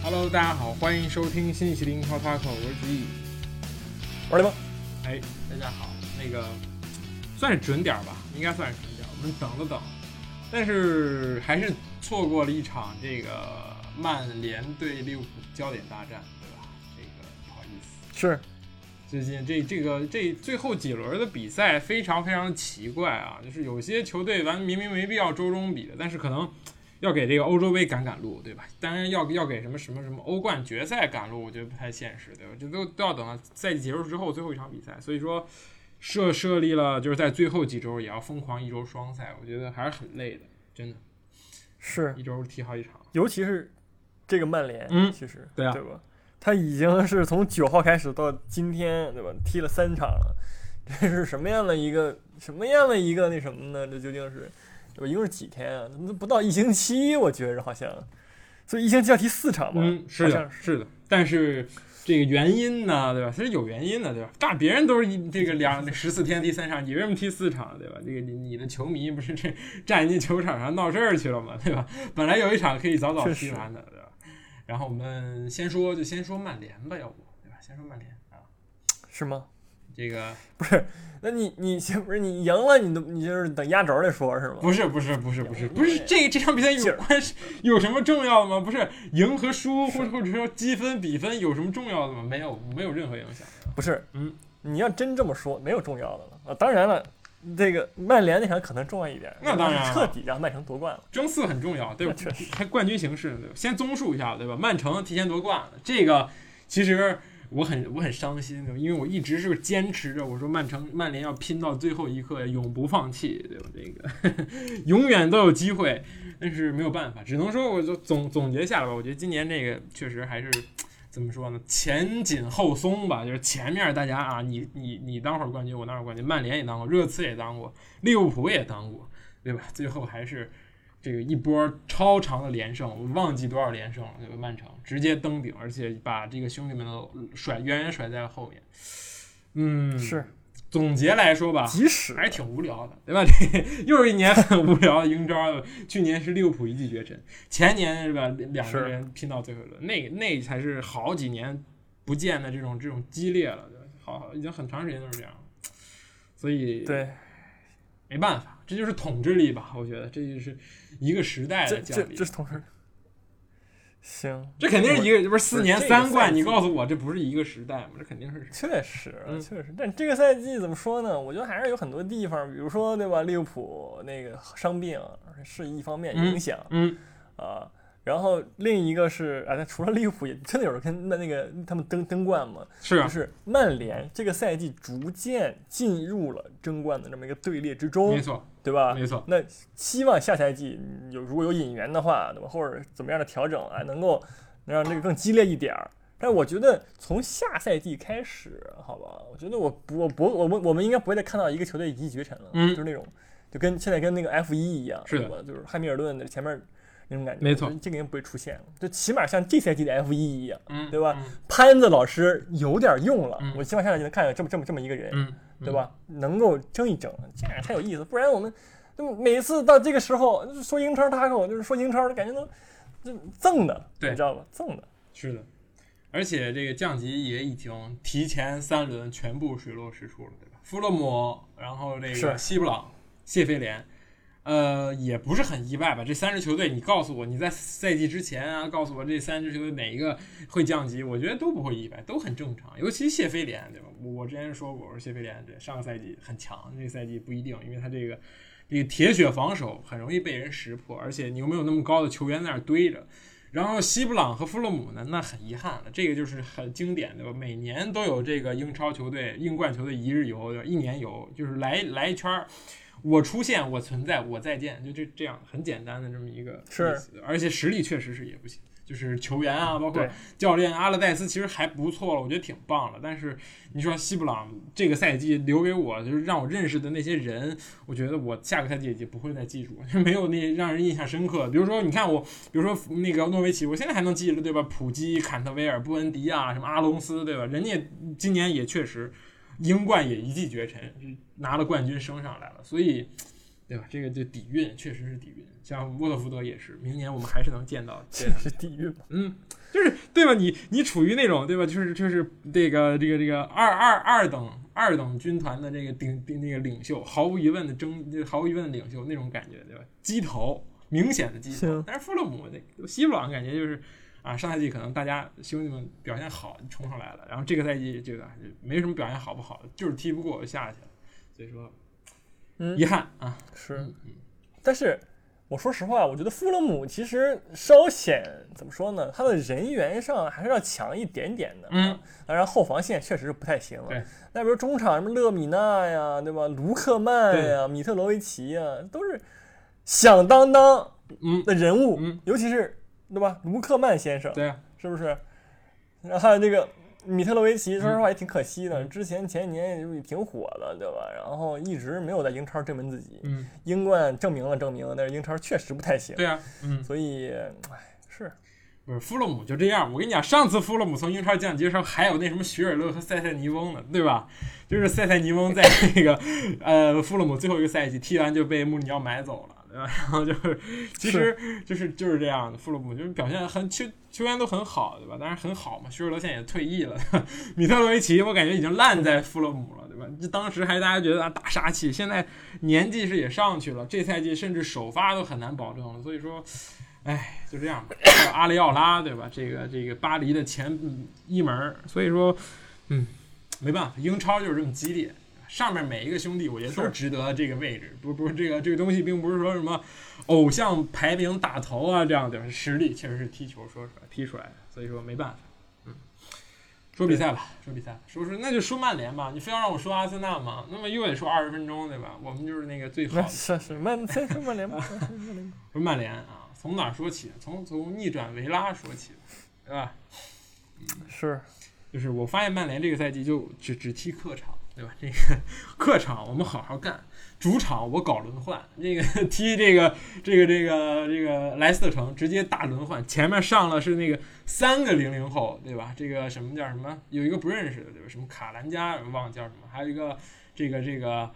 Hello， 大家好，欢迎收听新一期的英超 Taco， 我是子毅， 我是雷蒙。 哎，大家好，那个算是准点吧，应该算是准点。我们等了等，但是还是错过了一场这个曼联对利物浦焦点大战，对吧？这个不好意思。 是， 最近这最后几轮的比赛非常非常的奇怪啊，就是有些球队明明没必要周中比的，但是可能要给这个欧洲杯赶路，对吧？当然要给什么欧冠决赛赶路，我觉得不太现实，对吧？这都要等到赛季结束之后最后一场比赛，所以说设立了就是在最后几周也要疯狂一周双赛，我觉得还是很累的，真的是一周踢好几场， 尤其是这个曼联，其实对啊， 对吧？他已经是从9号开始到今天，对吧？踢了3场了，这是什么样的一个那什么呢？这究竟是？对吧？一共是几天啊？不到1星期，我觉着好像，所以1星期要踢4场嘛。 是的。但是这个原因呢，对吧？其实有原因的，对吧？别人都是这个14天踢3场，你为什么踢4场，对吧？这个你的球迷不是这站进球场上闹事儿去了吗？对吧？本来有一场可以早踢完的，对吧？然后我们先说曼联吧，要不对吧？先说曼联啊， 是吗？ 这个不是。那你不是你赢了，你就是等压轴再说，是吗？ 不是，这场比赛有什么重要的吗？不是赢和输，或者说积分比分有什么重要的吗？没有任何影响。 不是，你要真这么说，没有重要的了啊。当然了，这个曼联那场可能重要一点， 那当然彻底让曼城夺冠了。 争4很重要，对吧？ 确实， 还冠军形势，对吧？先综述一下，对吧？曼城提前夺冠了，这个其实。我很伤心，因为我一直是坚持着，我说曼联要拼到最后一刻，永不放弃，对吧？这个永远都有机会，但是没有办法，只能说我就总结下来吧。我觉得今年这个确实还是怎么说呢？前紧后松吧，就是前面大家啊，你当会儿冠军，我当会儿冠军，曼联也当过，热刺也当过，利物浦也当过，对吧？最后还是。这个一波超长的连胜，我忘记多少连胜了，这个曼城直接登顶，而且把这个兄弟们都远远甩在了后面。 是总结来说吧， 即使还挺无聊的，对吧？这又是一年很无聊的英超。去年是利物浦一骑绝尘，前年是吧2个人拼到最后一轮，那才是好几年不见的这种激烈了，好已经很长时间都是这样，所以对。 没办法，这就是统治力吧？我觉得这就是一个时代的降临。 这是统治。行， 这肯定是一个，不是4年3冠？你告诉我，这不是一个时代吗？这肯定是。 确实。但这个赛季怎么说呢？我觉得还是有很多地方，比如说对吧？利物浦那个伤病是一方面影响，然后另一个是除了利物浦，也真的有人跟那个他们争冠嘛？ 是啊， 就是曼联这个赛季逐渐进入了争冠的这么一个队列之中， 没错， 对吧？ 没错。 那希望下赛季如果有引援的话，对吧？或者怎么样的调整能让这个更激烈一点。但我觉得从下赛季开始，好吧，我觉得我们应该不会再看到一个球队一骑绝尘了，就是那种就跟现在跟那个 F1一样， 是吧？就是汉密尔顿的前面。那种感觉， 没错， 这个人不会出现了，就起码像这赛季的 F1一样，对吧？潘子老师有点用了，我希望下赛季能看见这么一个人，对吧？能够争一争，这样才有意思。不然我们每次到这个时候说英超Taco，就是说英超的感觉都赠的， 对， 你知道吧？赠的， 是的。而且这个降级也已经提前3轮全部水落石出了，对吧？弗洛姆，然后这个西布朗、谢菲联。也不是很意外吧？这3支球队，你告诉我，你在赛季之前啊，告诉我这3支球队哪一个会降级，我觉得都不会意外，都很正常。尤其谢菲联，对吧？我之前说过，我说谢菲联对上个赛季很强，这个赛季不一定，因为他这个铁血防守很容易被人识破，而且你又没有那么高的球员在那儿堆着。然后西布朗和弗洛姆呢，那很遗憾了，这个就是很经典，对吧？每年都有这个英超球队、英冠球队一日游，对吧？1年游，就是来一圈。我出现，我存在，我再见，就这样很简单的这么一个意思，而且实力确实是也不行，就是球员啊，包括教练阿勒代斯其实还不错了，我觉得挺棒的。但是你说西布朗这个赛季留给我，就是让我认识的那些人，我觉得我下个赛季也不会再记住，没有那让人印象深刻。比如说你看我，比如说那个诺维奇，我现在还能记着，对吧？普基、坎特维尔、布恩迪亚，什么阿隆斯，对吧？人家今年也确实英冠也一骑绝尘，拿了冠军升上来了，所以对吧？这个就底蕴确实是底蕴，像沃特福德也是，明年我们还是能见到。 这是底蕴吗？ 就是对吧？你处于那种对吧？就是这个二等军团的这个那个领袖，毫无疑问的领袖那种感觉，对吧？鸡头明显的鸡头，但是富勒姆西布朗感觉就是啊，上赛季可能大家兄弟们表现好冲上来了，然后这个赛季这个没什么表现好不好的，就是踢不过下去了，所以说遗憾啊。 是，但是。我说实话，我觉得富勒姆其实稍显怎么说呢？他的人员上还是要强一点点的。当然后防线确实是不太行了。那比如中场什么勒米纳呀，对吧？卢克曼呀，米特罗维奇呀，都是响当当的人物，尤其是对吧？卢克曼先生， 对啊， 是不是？然后还有这个。米特洛维奇说实话也挺可惜的，之前一年也挺火的，对吧？然后一直没有在英超证明自己，英冠证明了，但是英超确实不太行。 对啊， 所以，是不是富勒姆就这样？我跟你讲，上次富勒姆从英超降级的时候，还有那什么许尔勒和塞塞尼翁呢，对吧？就是塞塞尼翁在那个富勒姆最后一个赛季踢完就被穆里尼奥买走了。然后就是其实就是这样的，富勒姆就是表现球员都很好，对吧？当然很好嘛，许尔德现在也退役了，米特罗维奇我感觉已经烂在富勒姆了，对吧？这当时还大家觉得大杀器，现在年纪是也上去了，这赛季甚至首发都很难保证了，所以说就这样吧。阿里奥拉，对吧？这个巴黎的前一门，所以说没办法，英超就是这么激烈。上面每一个兄弟，我觉得都值得这个位置，不是这个东西，并不是说什么偶像排名打头啊这样的，实力确实是踢球踢出来的，所以说没办法。说比赛吧，那就说曼联吧，你非要让我说阿森纳嘛，那么又得说20分钟，对吧？我们就是那个最好的。 是先说曼联吧， 说曼联啊，从哪说起？从逆转维拉说起，对吧？ 是， 就是我发现曼联这个赛季就只踢客场。对吧？这个客场我们好好干，主场我搞轮换，这个踢这个莱斯特城直接大轮换，前面上了是那个3个00后，对吧？这个什么叫什么？有一个不认识的，对吧？什么卡兰加，忘了叫什么，还有一个这个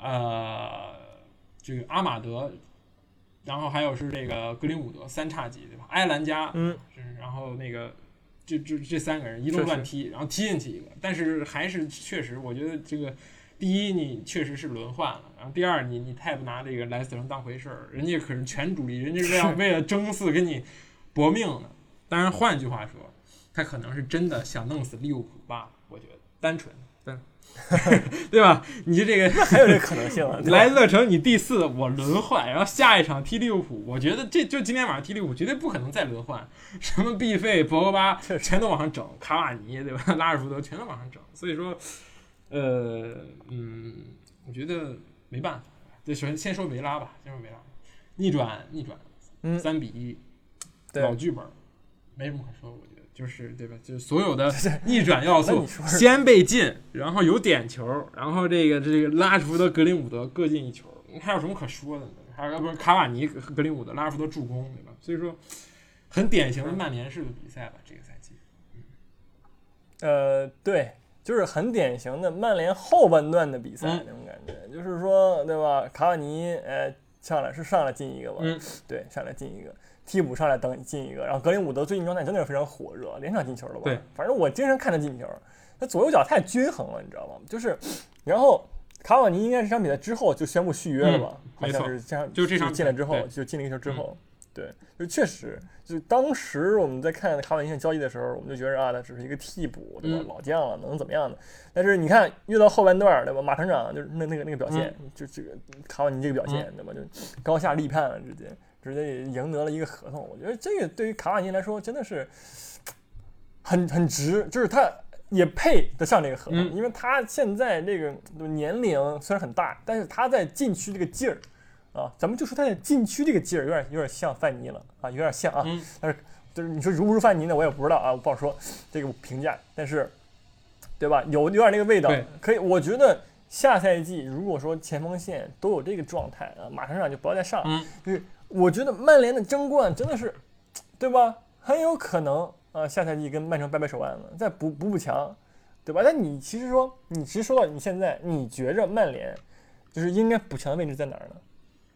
阿马德，然后还有是这个格林伍德3叉戟，对吧？埃兰加，然后那个。这3个人一路乱踢，然后踢进去一个，但是还是确实，我觉得这个第一你确实是轮换了，然后第二你太不拿这个莱斯特城当回事儿，人家可是全主力，人家是为了争4跟你搏命的。当然，换句话说，他可能是真的想弄死利物浦吧，我觉得单纯。对吧？你这个还有这可能性啊！ 莱斯特城你第4，我轮换，然后下一场踢利物浦，我觉得就今天晚上踢利物浦绝对不可能再轮换，什么毕费、博格巴全都往上整，卡瓦尼对吧？拉什福德全都往上整，所以说，我觉得没办法。对，首先说维拉吧，逆转3-1，老剧本，没什么可说，我觉得。就是对吧？就是所有的逆转要素先被进，然后有点球，然后这个拉什福德、格林伍德各进1球，还有什么可说的呢？还有不是卡瓦尼、格林伍德、拉什福德助攻，对吧？所以说很典型的曼联式的比赛吧，这个赛季。 对，就是很典型的曼联后半段的比赛那种感觉，就是说，对吧？卡瓦尼上来进一个吧，对，上来进一个。替补上来进一个，然后格林伍德最近状态真的是非常火热，连场进球了吧？ 对， 反正我经常看他进球，他左右脚太均衡了，你知道吗？就是，然后卡瓦尼应该是这场比赛之后就宣布续约了吧？好像是这场进了之后就进了一球之后，对，就确实，就当时我们在看卡瓦尼交易的时候，我们就觉得啊，他只是一个替补，对吧？老将了，能怎么样呢？但是你看越到后半段，对吧？马团长就是那个表现，就这个卡瓦尼这个表现，对吧？就高下立判了，直接也赢得了一个合同，我觉得这个对于卡瓦尼来说真的是很值，就是他也配得上这个合同，因为他现在这个年龄虽然很大，但是他在禁区这个劲儿啊，咱们就说他在禁区这个劲儿有点像范尼了啊，有点像啊，但是就是你说如不如范尼呢，我也不知道啊，我不好说这个评价，但是对吧，有点那个味道，可以，我觉得。下赛季如果说前锋线都有这个状态啊，马上就不要再上，就是我觉得曼联的争冠真的是，对吧？很有可能下赛季跟曼城掰手腕了，再补强，对吧？但你其实说到你现在，你觉着曼联就是应该补强的位置在哪儿呢？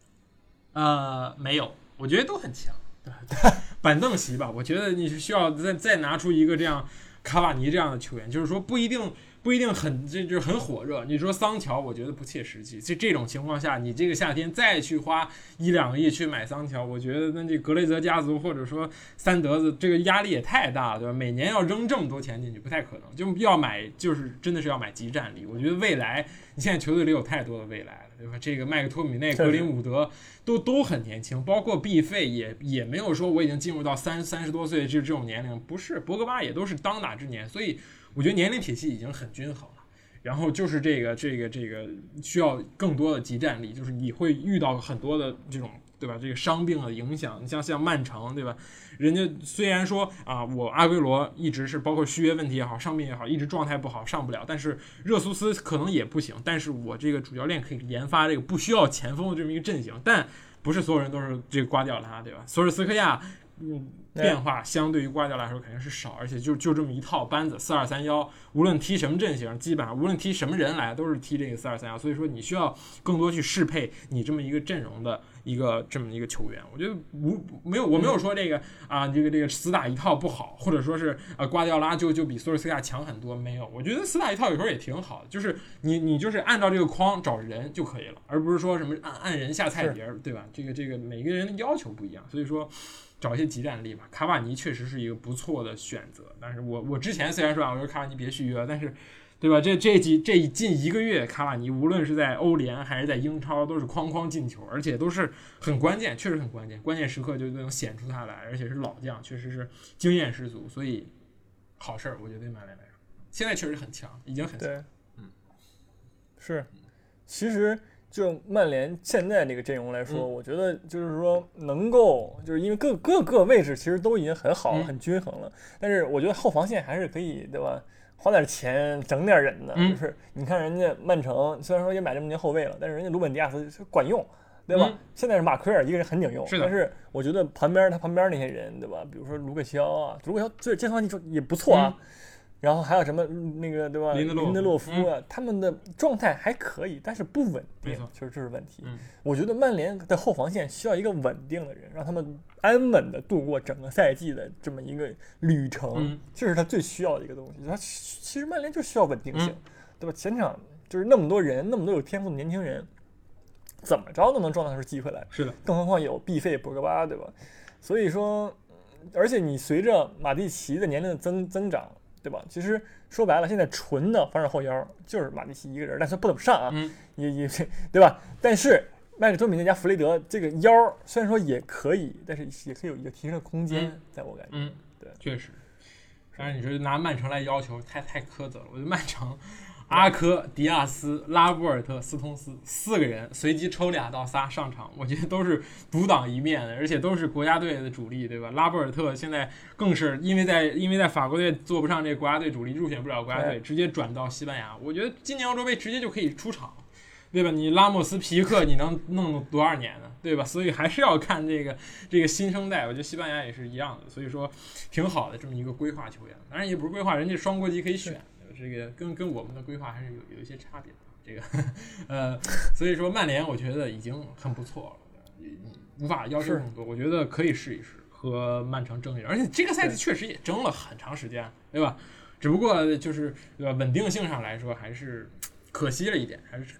没有，我觉得都很强。板凳席吧，我觉得你是需要再拿出一个这样卡瓦尼这样的球员，就是说不一定很就是很火热。你说桑乔，我觉得不切实际。这种情况下，你这个夏天再去花1-2个亿去买桑乔，我觉得那这格雷泽家族或者说三德子这个压力也太大了，对吧？每年要扔这么多钱进去，不太可能。就要买，就是真的是要买集战力。我觉得未来，你现在球队里有太多的未来了，对吧？这个麦克托米内、格林伍德都很年轻，包括毕费也没有说我已经进入到30多岁这种年龄，不是，博格巴也都是当打之年，所以。我觉得年龄体系已经很均衡了，然后就是这个需要更多的集战力，就是你会遇到很多的这种，对吧？这个伤病的影响，你像曼城，对吧？人家虽然说啊，我阿圭罗一直是包括续约问题也好，伤病也好，一直状态不好上不了，但是热苏斯可能也不行，但是我这个主教练可以研发这个不需要前锋的这么一个阵型，但不是所有人都是这个瓜迪奥拉，对吧？索尔斯克亚。变化相对于瓜迪奥拉来说肯定是少，而且就这么一套班子4-2-3-1，无论踢什么阵型，基本上无论踢什么人来都是踢这个4-2-3-1，所以说你需要更多去适配你这么一个阵容的这么一个球员。我觉得我没有说这个啊这个死打一套不好，或者说是瓜迪奥拉就比索尔斯克亚强很多，没有。我觉得死打一套有时候也挺好的，就是你就是按照这个框找人就可以了，而不是说什么按人下菜碟，对吧？这个每个人的要求不一样，所以说。找一些集战力吧，卡瓦尼确实是一个不错的选择，但是我之前虽然说我说卡瓦尼别续约，但是，对吧？这近1个月，卡瓦尼无论是在欧联还是在英超，都是哐进球，而且都是很关键，确实很关键，关键时刻就能显出他来，而且是老将，确实是经验十足，所以好事儿，我觉得对曼联来说，现在确实很强，已经很强， 对，是，其实。就曼联现在这个阵容来说，我觉得就是说能够，就是因为各个位置其实都已经很好了，很均衡了。但是我觉得后防线还是可以，对吧？花点钱整点人的。就是你看人家曼城，虽然说也买这么年后卫了，但是人家鲁本迪亚斯管用，对吧？现在是马奎尔一个人很顶用，但是我觉得他旁边那些人，对吧？比如说卢克肖啊，卢克肖这方面也不错啊。然后还有什么那个对吧？林德洛夫啊，他们的状态还可以，但是不稳定，其实这是问题。我觉得曼联的后防线需要一个稳定的人，让他们安稳的度过整个赛季的这么一个旅程，这是他最需要的一个东西。他其实曼联就需要稳定性，对吧？前场就是那么多人，那么多有天赋的年轻人，怎么着都能撞到出机会来。 是的， 更何况有毕费、博格巴，对吧？所以说，而且你随着马蒂奇的年龄的增长。对吧？其实说白了，现在纯的防守后腰就是马蒂奇一个人，但是不怎么上啊，也对吧？但是麦克托米内加弗雷德这个腰虽然说也可以，但是也可以有一个提升的空间，在我感觉，对， 确实。但是你说拿曼城来要求，太苛责了。我觉得曼城。阿科、迪亚斯、拉波尔特、斯通斯4个人随机抽2到3上场，我觉得都是独当一面的，而且都是国家队的主力，对吧？拉波尔特现在更是因为在法国队做不上这个国家队主力，入选不了国家队，直接转到西班牙。我觉得今年欧洲杯直接就可以出场，对吧？你拉莫斯、皮克你能弄多少年呢？对吧？所以还是要看这个新生代，我觉得西班牙也是一样的，所以说挺好的这么一个规划球员，当然也不是规划，人家双国籍可以选。这个跟我们的规划还是有一些差别的，这个所以说曼联我觉得已经很不错了，无法要求更多，我觉得可以试一试和曼城争一争，而且这个赛季确实也争了很长时间，对吧？只不过就是对吧，稳定性上来说还是可惜了一点，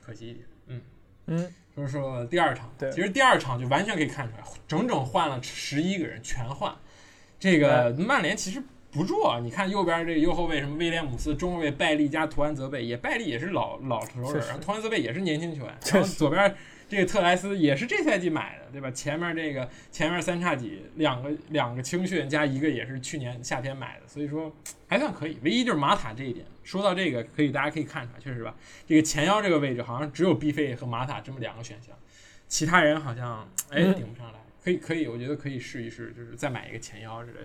就是说第二场，其实第二场就完全可以看出来，整换了11个人，全换，这个曼联其实。不弱，你看右边这个右后卫什么威廉姆斯，中后卫拜利加图安泽贝，拜利也是老头人，然后图安泽贝也是年轻球员，然后左边这个特莱斯也是这赛季买的，对吧？前面三叉戟两个青训加一个也是去年夏天买的，所以说还算可以。唯一就是马塔这一点，说到这个大家可以看出来，确实吧，这个前腰这个位置好像只有毕费和马塔这么2个选项，其他人好像顶不上来，可以，我觉得可以试一试，就是再买一个前腰之类的。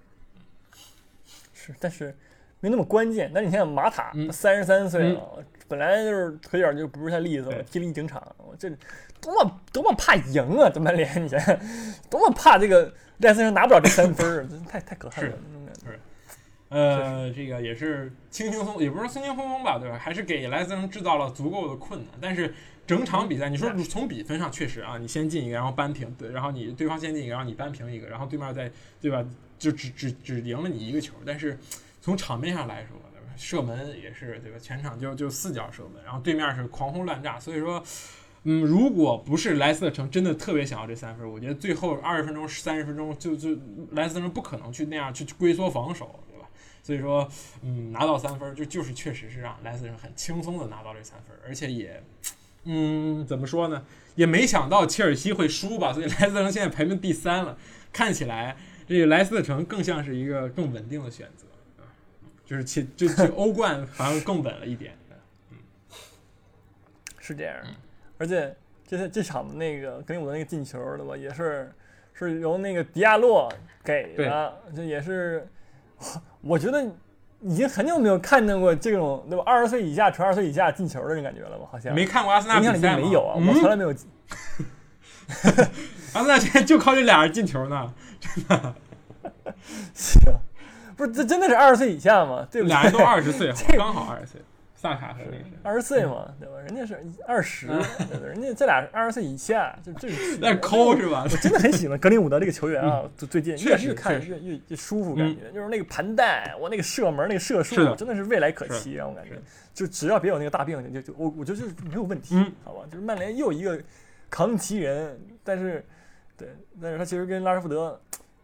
但是没那么关键。但是你看马塔33岁了，本来就是腿脚就不是太利索，踢了一整场，这多么怕赢啊！这曼联，你想多么怕这个莱斯特拿不了这3分，太可恨了。 这个也是轻轻松，也不是轻轻松松吧，对吧？还是给莱斯特城制造了足够的困难。但是整场比赛，你说从比分上确实啊，你先进一个，然后扳平，对，然后对方先进一个，然后你扳平一个，然后对面再对吧，就只赢了你一个球。但是从场面上来说，对吧？射门也是对吧？全场就4脚射门，然后对面是狂轰乱炸，所以说。如果不是莱斯特城真的特别想要这3分，我觉得最后20分钟、30分钟就莱斯特城不可能去那样去龟缩防守，对吧？所以说，拿到3分就是确实是让莱斯特城很轻松的拿到这3分，而且也，怎么说呢？也没想到切尔西会输吧，所以莱斯特城现在排名第3了，看起来这个莱斯特城更像是一个更稳定的选择啊，就是欧冠反而更稳了一点， 是这样。而且这场的那个格林伍德那个进球对吧，也是由那个迪亚洛给的，这也是我觉得已经很久没有看见过这种对吧，20岁以下传20岁以下进球的这种感觉了吧？好像没看过阿森纳比赛吗？ 没有啊，我从来没有。 阿森纳现在就靠这俩人进球呢，真的。 行，不是这真的是20岁以下吗？对不对？ 俩人都20岁，刚好20岁。萨卡和那个20岁嘛，对吧？人家是20，对吧？人家这俩20岁以下，就这那抠是吧？ 我真的很喜欢格林伍德这个球员啊，最近越看越舒服，感觉就是那个盘带，我那个射门那个射术，真的是未来可期，让我感觉。就只要别有那个大病，我觉得就是没有问题，好吧？就是曼联又一个扛旗人，但是他其实跟拉什福德。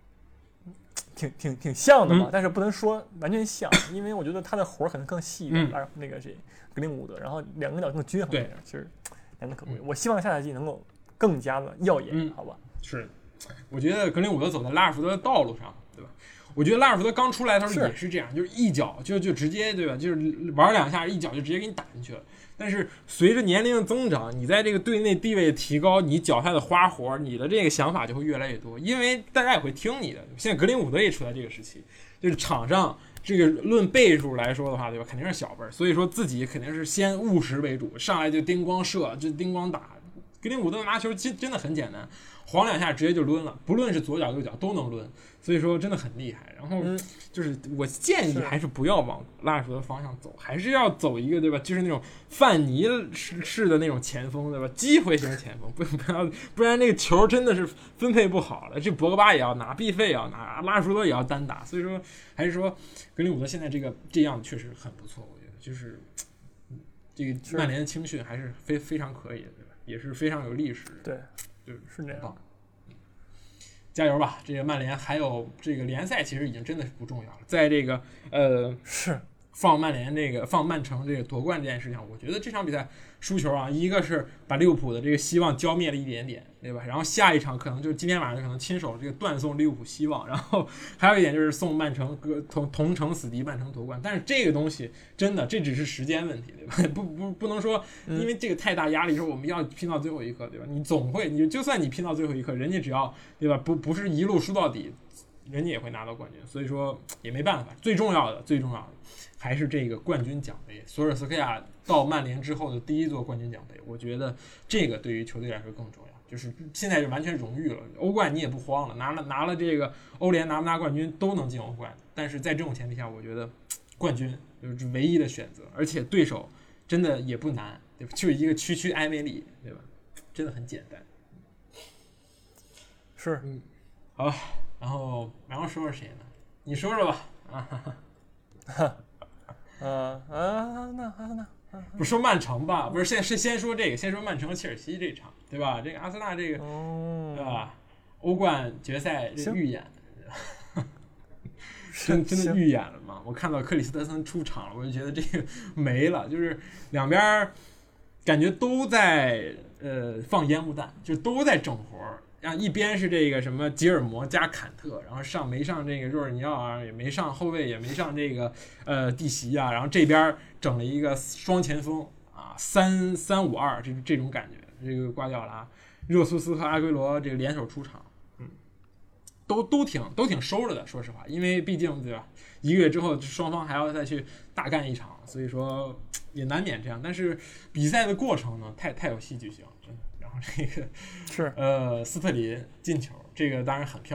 挺像的嘛，但是不能说完全像，因为我觉得他的活可能更细一点，那个谁格林伍德，然后两个脚更均衡一点，其实难能可贵。我希望下赛季能够更加的耀眼，好吧？ 是，我觉得格林伍德走在拉什福德的道路上，对吧？我觉得拉什福德刚出来的时候也是这样，就是一脚就直接对吧？就是玩2下一脚就直接给你打进去了。但是随着年龄的增长，你在这个队内地位的提高，你脚下的花活，你的这个想法就会越来越多，因为大家也会听你的。现在格林伍德也处在这个时期，就是场上这个论倍数来说的话，对吧？肯定是小辈，所以说自己肯定是先务实为主，上来就叮咣射，就叮咣打。格林伍德拿球真的很简单，晃2下直接就抡了，不论是左脚右脚都能抡，所以说真的很厉害。然后就是我建议还是不要往拉什福德的方向走，还是要走一个对吧？就是那种范尼式的那种前锋，对吧？机会型前锋，不然那个球真的是分配不好了。这博格巴也要拿，毕费也要拿，拉什福德也要单打，所以说还是说格林伍德现在这样确实很不错，我觉得就是这个曼联的青训还是非常可以的，对吧？也是非常有历史， 对， 就是这样。加油吧！这个曼联还有这个联赛，其实已经真的是不重要了。在这个是放曼城这个夺冠这件事情上，我觉得这场比赛输球啊，一个是把利物浦的这个希望浇灭了一点点，对吧？然后下一场可能就是今天晚上可能亲手这个断送利物浦希望，然后还有一点就是送曼城同城死敌曼城夺冠。但是这个东西真的这只是时间问题，对吧？不能说因为这个太大压力说我们要拼到最后一刻，对吧？你就算你拼到最后一刻，人家只要对吧不是一路输到底，人家也会拿到冠军。所以说也没办法，最重要的还是这个冠军奖杯，索尔斯克亚到曼联之后的第一座冠军奖杯，我觉得这个对于球队来说更重要。就是现在就完全荣誉了，欧冠你也不慌了，拿了这个欧联拿不拿冠军都能进欧冠。但是在这种前提下，我觉得冠军就是唯一的选择，而且对手真的也不难，对吧？就是一个区埃梅里，对吧？真的很简单。 是， 好，然后说说谁呢？你说说吧， 那不说曼城吧，不是先说这个，先说曼城和切尔西这场，对吧？这个阿森纳这个，对吧？欧冠决赛预演，真的预演了吗？我看到克里斯特森出场了，我就觉得这个没了，就是两边感觉都在放烟幕弹，就都在整活。然后一边是这个什么吉尔摩加坎特，然后没上这个若尔尼奥啊，也没上后卫，也没上这个蒂席啊，然后这边整了一个双前锋啊，3-5-2这种感觉，这个瓜迪奥拉、热苏斯和阿圭罗这个联手出场，都挺收着的，说实话，因为毕竟对吧，一个月之后双方还要再去大干一场，所以说也难免这样。但是比赛的过程呢，太有戏剧性，真的。然后这个是斯特林进球，这个当然很漂亮，对吧？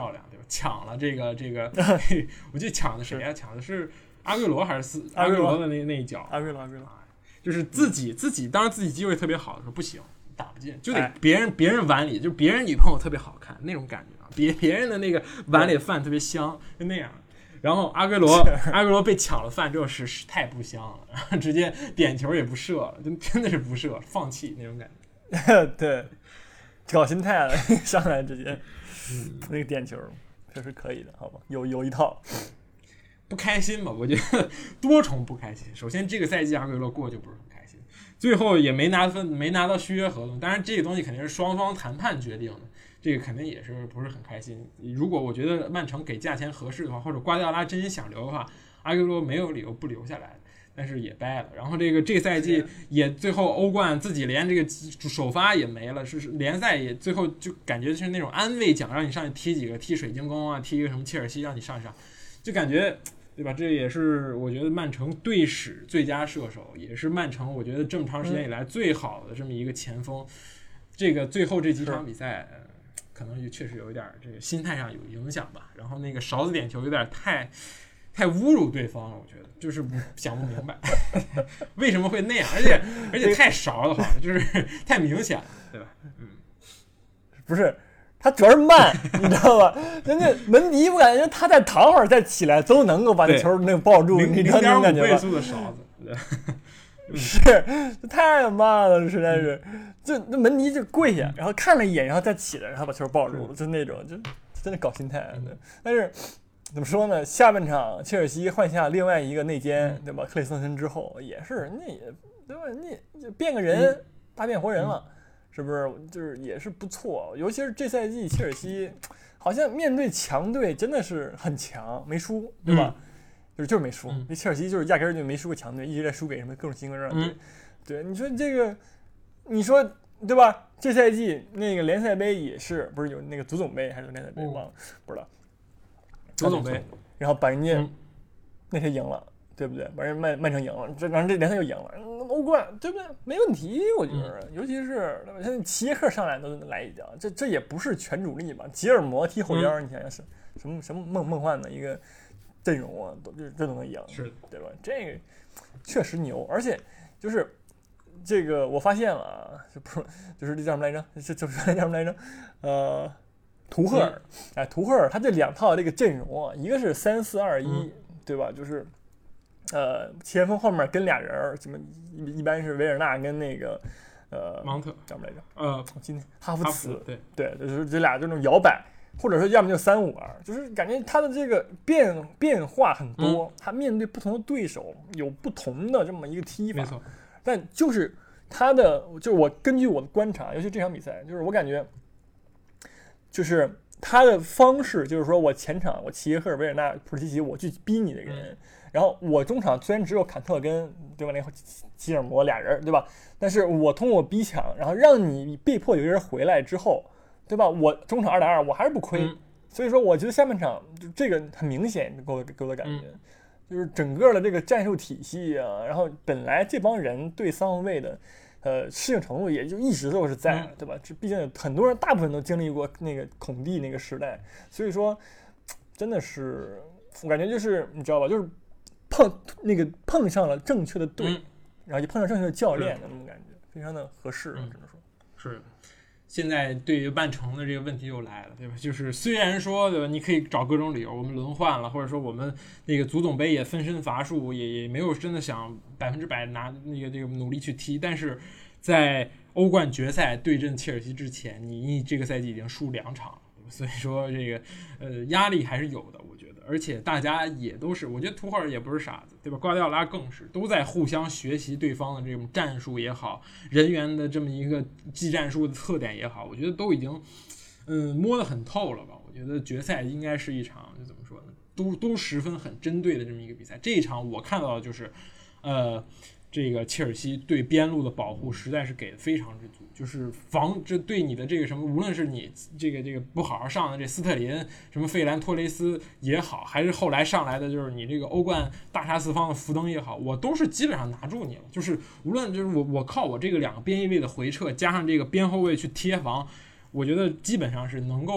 抢了这个，我记得抢的谁啊？抢的是阿圭罗还是阿圭罗的那一脚？ 阿圭罗， 就是自己，当然自己机会特别好的时候不行，打不进，就得别人碗里，就别人女朋友特别好看那种感觉啊，别人的那个碗里的饭特别香，就那样。然后阿圭罗被抢了饭之后是太不香了，然后直接点球也不射了，真的是不射，放弃那种感觉。对，搞心态了，上来直接那个点球确实可以的，好吧？有一套。 不开心吧？我觉得多重不开心。首先这个赛季阿圭罗过就不是很开心，最后也没拿到续约合同。当然这个东西肯定是双方谈判决定的。这个肯定也是不是很开心。如果我觉得曼城给价钱合适的话，或者瓜迪奥拉真心想留的话，阿圭罗没有理由不留下来，但是也掰了。然后这赛季也最后欧冠自己连这个首发也没了，是联赛也最后就感觉是那种安慰奖，让你上去踢几个，踢水晶宫啊，踢一个什么切尔西，让你上，就感觉。对吧？这也是我觉得曼城队史最佳射手，也是曼城我觉得这么长时间以来最好的这么一个前锋。这个最后这几场比赛，可能也确实有一点这个心态上有影响吧。然后那个勺子点球有点太侮辱对方了，我觉得就是想不明白为什么会那样，而且太勺的话，就是太明显了，对吧？ 不是。他主要是慢，你知道吧？人家门迪，我感觉他再躺会儿再起来都能够把那球那个抱住，你知道那种感觉吧？0.5 倍速的勺子， 是太慢了，实在是。就那门迪就跪下，然后看了一眼，然后再起来，然后把球抱住，就那种，就真的搞心态。但是怎么说呢？下半场切尔西换下另外一个内奸，对吧？克里斯滕森之后也是，那也对吧？你变个人，大变活人了。是不是就是也是不错？尤其是这赛季切尔西，好像面对强队真的是很强，没输，对吧？就是没输。那切尔西就是压根儿就没输过强队，一直在输给什么各种新冠队。对，你说这个，你说对吧？这赛季那个联赛杯也是，不是有那个足总杯还是联赛杯？忘了，不知道。 足总杯， 然后把人家那谁赢了。对不对？把人曼城赢了，然后这联赛又赢了，欧冠对不对？没问题，我觉得，尤其是现在齐耶克上来都来一脚，这也不是全主力吧？吉尔摩踢后腰，你想想是什么梦幻的一个阵容啊，这都能赢， 是对吧？这个确实牛，而且就是这个我发现了啊，就是这叫什么来着？这叫什么来着？图赫尔，图赫尔他这两套这个阵容啊，一个是3-4-2-1，对吧？就是前锋后面跟俩人，什么一般是维尔纳跟那个芒特叫什么来着？今天哈弗茨， 对， 就是这俩这种摇摆，或者说要么就3-5-2，就是感觉他的这个变化很多，他面对不同的对手有不同的这么一个踢法， 没错。 但就是他的，就是我根据我的观察，尤其这场比赛，就是我感觉，就是他的方式，就是说我前场我齐耶赫尔、维尔纳、普尔西奇，我去逼你这个人。然后我中场虽然只有坎特跟对吧那吉尔摩俩人对吧，但是我通过逼抢，然后让你被迫有一个人回来之后，对吧？我中场2打2，我还是不亏。所以说，我觉得下半场就这个很明显给我的感觉，就是整个的这个战术体系啊，然后本来这帮人对三后卫的适应程度也就一直都是在，对吧？这毕竟很多人大部分都经历过那个孔蒂那个时代，所以说真的是我感觉就是你知道吧，就是碰上了正确的队，然后也碰上正确的教练的那种感觉，非常的合适，只能说是。现在对于曼城的这个问题又来了，对吧？就是虽然说，对吧？你可以找各种理由，我们轮换了，或者说我们那个足总杯也分身乏术，也没有真的想100%拿这个努力去踢，但是在欧冠决赛对阵切尔西之前，你这个赛季已经输2场了，所以说这个压力还是有的，我觉得。而且大家也都是，我觉得图赫尔也不是傻子，对吧？瓜迪奥拉更是，都在互相学习对方的这种战术也好，人员的这么一个技战术的特点也好，我觉得都已经摸得很透了吧。我觉得决赛应该是一场就怎么说呢，都十分很针对的这么一个比赛。这一场我看到的就是这个切尔西对边路的保护实在是给的非常之足，就是这对你的这个什么，无论是你这个不好好上的这斯特林，什么费兰托雷斯也好，还是后来上来的就是你这个欧冠大杀四方的福登也好，我都是基本上拿住你了。就是无论就是我靠我这个2个边翼位的回撤，加上这个边后卫去贴防，我觉得基本上是能够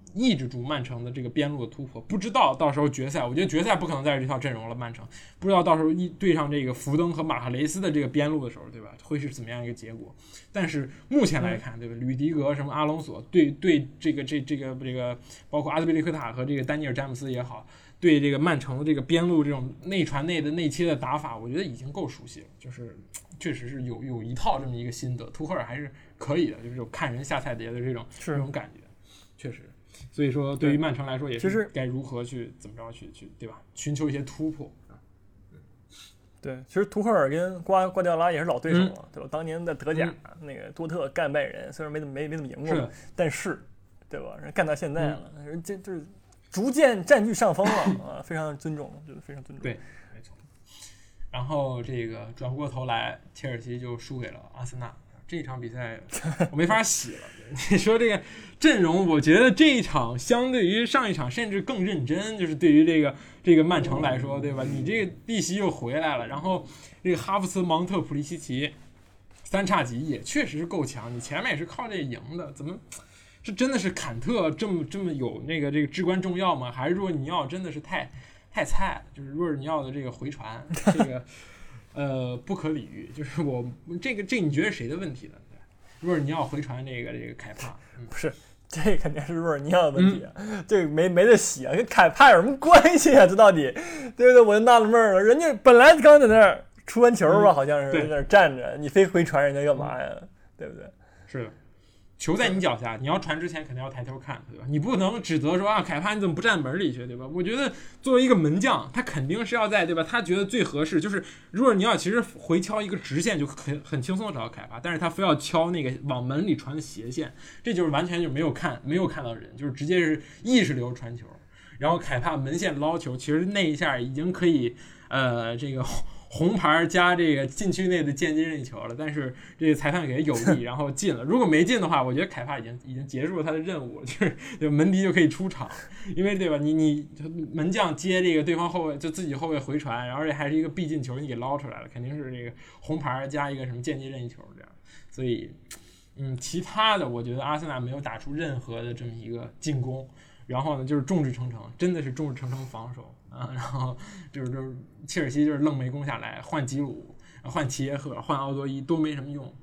抑制住曼城的这个边路的突破。不知道到时候决赛，我觉得决赛不可能再是这套阵容了，曼城不知道到时候一对上这个福登和马赫雷斯的这个边路的时候，对吧？会是怎么样一个结果？但是目前来看，对吧？吕迪格什么阿隆索对这个包括阿兹皮利奎塔和这个丹尼尔詹姆斯也好，对这个曼城的这个边路这种内传内的内切的打法，我觉得已经够熟悉了，就是确实是有一套这么一个心得。图赫尔还是可以的，就是这种看人下菜碟的这种感觉，确实。所以说，对于曼城来说，也是该如何去怎么着去对吧？寻求一些突破。 对，其实图赫尔跟瓜迪奥拉也是老对手了，对吧？当年在德甲那个多特干拜仁，虽然没怎么赢过，但是对吧？人干到现在了，人就是逐渐占据上风了啊，非常尊重，觉得非常尊重。 对，没错。然后这个转过头来，切尔西就输给了阿森纳。这场比赛我没法洗了。你说这个阵容，我觉得这一场相对于上一场甚至更认真，就是对于这个曼城来说，对吧？你这个利希又回来了，然后这个哈弗茨、芒特、普利西奇三叉戟也确实是够强，你前面也是靠这赢的，怎么是真的是坎特这么有这个至关重要吗？还是说你要真的是太菜了？就是若尔尼奥的这个回传，这个不可理喻。就是我这你觉得谁的问题呢？若尔尼奥回传这个凯帕， 不是，这肯定是若尔尼奥的问题啊，这个没得洗啊，跟凯帕有什么关系啊？这到底对不对？我就纳了闷了，人家本来刚在那儿出完球吧，好像是在那儿站着，你非回传人家干嘛呀？对不对？ 是的。球在你脚下，你要传之前肯定要抬头看，对吧？你不能指责说凯帕你怎么不站门里去，对吧？我觉得作为一个门将，他肯定是要在，对吧？他觉得最合适就是如果你要其实回敲一个直线就很轻松的找到凯帕，但是他非要敲那个往门里传的斜线，这就是完全就没有看到人，就是直接是意识流传球，然后凯帕门线捞球，其实那一下已经可以这个红牌加这个禁区内的间接任意球了，但是这个裁判给有利，然后进了。如果没进的话，我觉得凯帕已经结束了他的任务，就是门迪就可以出场，因为对吧？你门将接这个对方后卫，就自己后卫回传，然后这还是一个必进球，你给捞出来了，肯定是这个红牌加一个什么间接任意球这样。所以，其他的我觉得阿森纳没有打出任何的这么一个进攻。然后呢，就是众志成城，真的是众志成城防守啊。然后就是切尔西就是愣没攻下来，换吉鲁、换齐耶赫、换奥多伊都没什么用。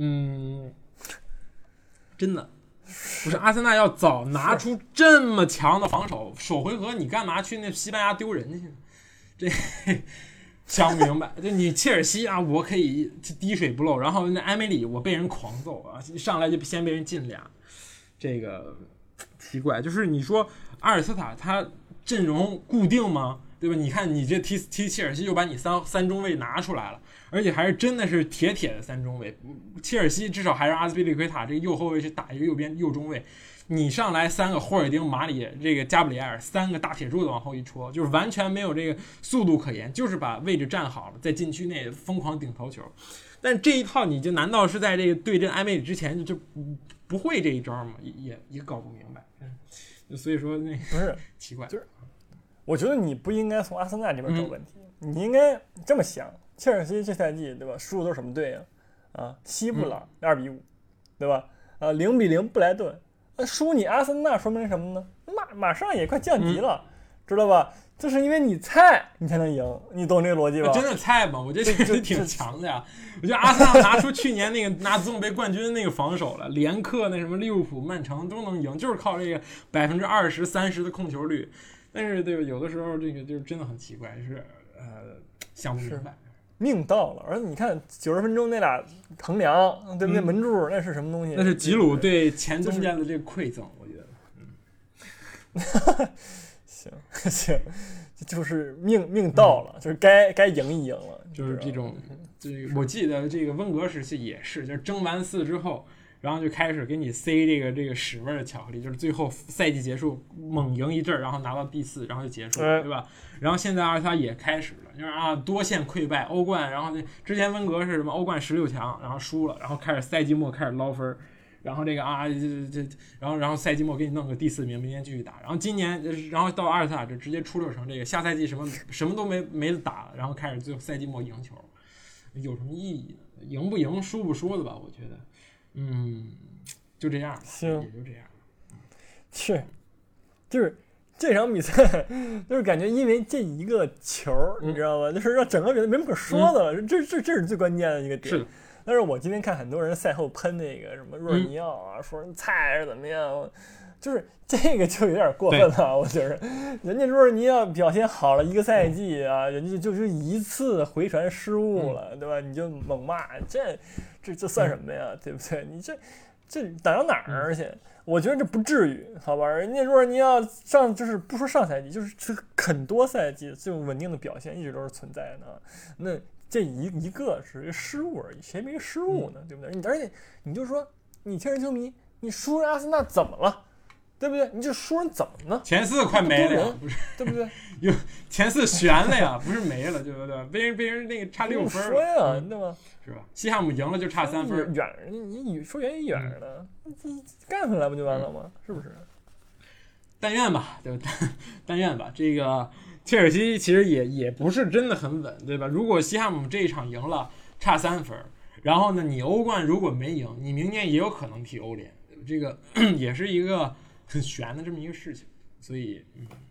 真的不是阿森纳要早拿出这么强的防守，首回合你干嘛去那西班牙丢人去呢？这想不明白。就你切尔西啊，我可以滴水不漏，然后那埃梅里我被人狂揍啊，上来就先被人进俩，这个。奇怪，就是你说阿尔斯塔他阵容固定吗？对吧？你看你这踢切尔西又把你三中卫拿出来了，而且还是真的是铁的三中卫。切尔西至少还让阿斯皮利奎塔这个右后卫去打一个右中卫，你上来三个霍尔丁、马里、这个加布里埃尔三个大铁柱子往后一戳，就是完全没有这个速度可言，就是把位置站好了，在禁区内疯狂顶头球。但这一套你就难道是在这个对阵埃梅里之前就不会这一招吗？也搞不明白。所以说那不是奇怪， 就是我觉得你不应该从阿森纳这边找问题，你应该这么想：切尔西这赛季对吧，输的都是什么队啊？西布朗2-5，对吧？0-0布莱顿，输你阿森纳说明什么呢？马上也快降级了，知道吧？这是因为你菜，你才能赢，你懂这个逻辑吧？ 真的菜吗？我觉得这挺强的呀。我觉得阿森纳拿出去年那个拿足总杯冠军那个防守了，连克那什么利物浦、曼城都能赢，就是靠这个20%、30%的控球率。但是对吧？有的时候这个就是真的很奇怪，是想不明白。 命到了，而你看90分钟那俩横梁，对不对？门柱那是什么东西？ 那是吉鲁对前中间的这个馈赠，我觉得。行，就是命到了，就是该赢一赢了， 就是这种。我记得这个温格时期也是，就是争完4之后，然后就开始给你塞这个屎味的巧克力，就是最后赛季结束猛赢一阵，然后拿到第4，然后就结束了，对吧？然后现在阿尔萨也开始了，就是多线溃败，欧冠，然后之前温格是什么欧冠16强，然后输了，然后开始赛季末开始捞分。然后这个然后赛季末给你弄个第4名，明年继续打。然后今年，然后到阿尔萨这直接出溜成这个下赛季什么都没得打了，然后开始最后赛季末赢球，有什么意义呢？赢不赢，输不输的吧？我觉得，就这样， 行， 也就这样。 是， 就是这场比赛，就是感觉因为这一个球，你知道吗？就是让整个比赛没什么可说的了。这是最关键的一个点。 是。 但是我今天看很多人赛后喷那个什么若尔尼奥啊，说人菜是怎么样，就是这个就有点过分了。我觉得人家若尔尼奥表现好了一个赛季啊，人家就是一次回传失误了，对吧？你就猛骂，这算什么呀？对不对？你这打到哪儿？而且我觉得这不至于，好吧？人家若尔尼奥就是不说上赛季，就是很多赛季这种稳定的表现一直都是存在的。那这一个是失误而已，谁没失误呢？对不对？而且你就说你切尔西球迷，你输人阿森纳怎么了？对不对？你这输人怎么呢？ 前四快没了呀，不是？ 对不对？ 有前四悬了呀，不是没了，对不对？被人那个差6分了， 说呀，对吧？ 是吧？西汉姆赢了就差3分， 远你说远也远了，干回来不就完了吗？是不是？ 但愿吧，对吧？但愿吧，这个。切尔西其实也不是真的很稳，对吧？如果西汉姆这一场赢了，差3分，然后呢，你欧冠如果没赢，你明年也有可能踢欧联，对吧？这个也是一个很悬的这么一个事情，所以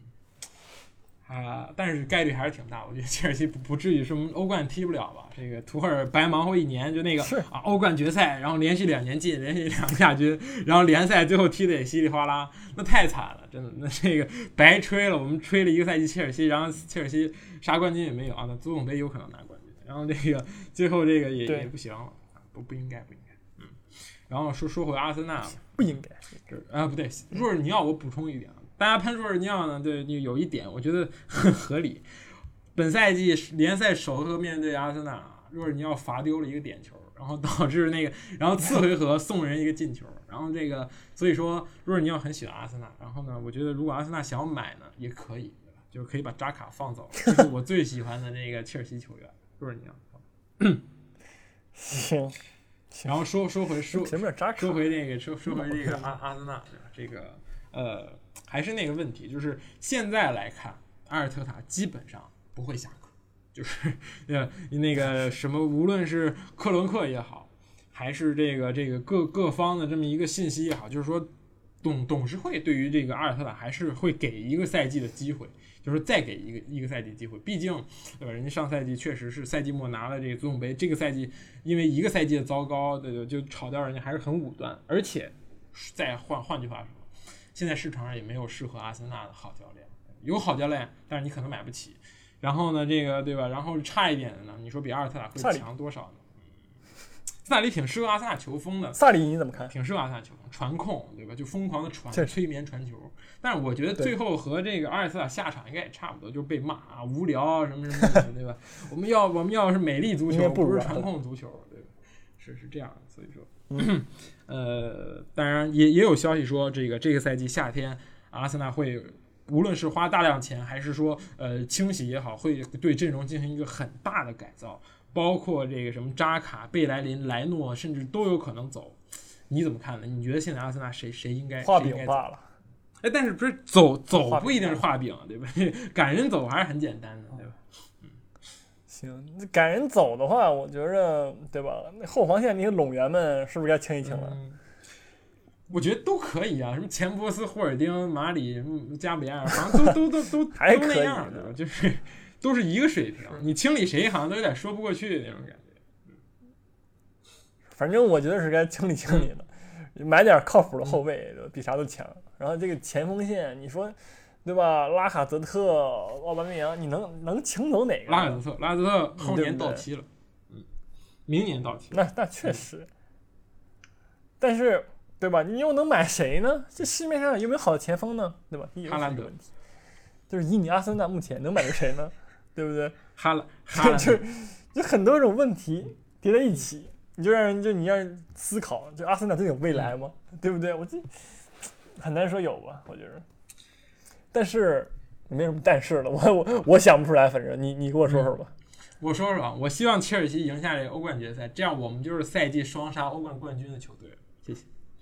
但是概率还是挺大，我觉得切尔西不至于什么欧冠踢不了吧？这个图赫尔白忙活1年，就那个欧冠决赛，然后连续2年进，连续2个亚军，然后联赛最后踢得也稀里哗啦，那太惨了，真的，那这个白吹了，我们吹了一个赛季切尔西，然后切尔西啥冠军也没有啊，那足总杯有可能拿冠军，然后这个最后这个也不行了，不应该，然后说回阿森纳， 不应该， 不对，若尔尼奥我补充一点。大家喷若尔尼奥呢，对，有一点我觉得很合理。本赛季联赛首回合面对阿森纳，若尔尼奥罚丢了一个点球，然后导致然后次回合送人一个进球，然后这个所以说若尔尼奥很喜欢阿森纳，然后呢，我觉得如果阿森纳想买呢，也可以，对吧？就是可以把扎卡放走，这是我最喜欢的那个切尔西球员若尔尼奥。 行。 然后说回那个说回这个阿森纳，这个还是那个问题，就是现在来看，阿尔特塔基本上不会下课，就是那个什么，无论是克伦克也好，还是这个各方的这么一个信息也好，就是说董事会对于这个阿尔特塔还是会给一个赛季的机会，就是再给一个赛季机会，毕竟对吧？人家上赛季确实是赛季末拿了这个足总杯，这个赛季因为一个赛季的糟糕，就炒掉人家还是很武断，而且再换句话说。现在市场上也没有适合阿森纳的好教练，有好教练，但是你可能买不起。然后呢，这个对吧？然后差一点的呢，你说比阿尔特塔会强多少呢？萨里挺适合阿森纳球风的。 萨里你怎么看？ 挺适合阿森纳球风，传控对吧？就疯狂的催眠传球。但是我觉得最后和这个阿尔特塔下场应该也差不多，就是被骂啊、无聊什么的，对吧？我们要是美丽足球，不是传控足球，对吧？是这样的，所以说。当然也有消息说，这个赛季夏天，阿森纳会无论是花大量钱，还是说清洗也好，会对阵容进行一个很大的改造，包括这个什么扎卡、贝莱林、莱诺，甚至都有可能走。你怎么看呢？你觉得现在阿森纳谁应该画饼罢了？ 但是不是走不一定是画饼，对吧？赶人走还是很简单的，对吧？ 行，赶人走的话，我觉着，对吧？那后防线那些拢员们是不是该清一清了？ 我觉得都可以啊，什么钱伯斯、霍尔丁、马里、加比埃尔，好像都还可以那样，对吧？就是都是一个水平，你清理谁好像都有点说不过去的那种感觉。 反正我觉得是该清理的，买点靠谱的后卫，比啥都强。然后这个前锋线，你说。对吧？拉卡泽特、奥巴梅扬，你能请走哪个？ 拉卡泽特后年到期了，明年到期。 那确实，但是对吧？你又能买谁呢？这市面上有没有好的前锋呢？对吧？ 哈兰德， 就是以你阿森纳目前能买着谁呢？对不对？ 哈兰德就很多种问题叠在一起，你让人思考，就阿森纳真有未来吗？对不对？我这很难说有吧，我觉得。但是没什么但是了，我想不出来，反正你给我说说吧。 我说说，我希望切尔西赢下这个欧冠决赛，这样我们就是赛季双杀欧冠冠军的球队了。谢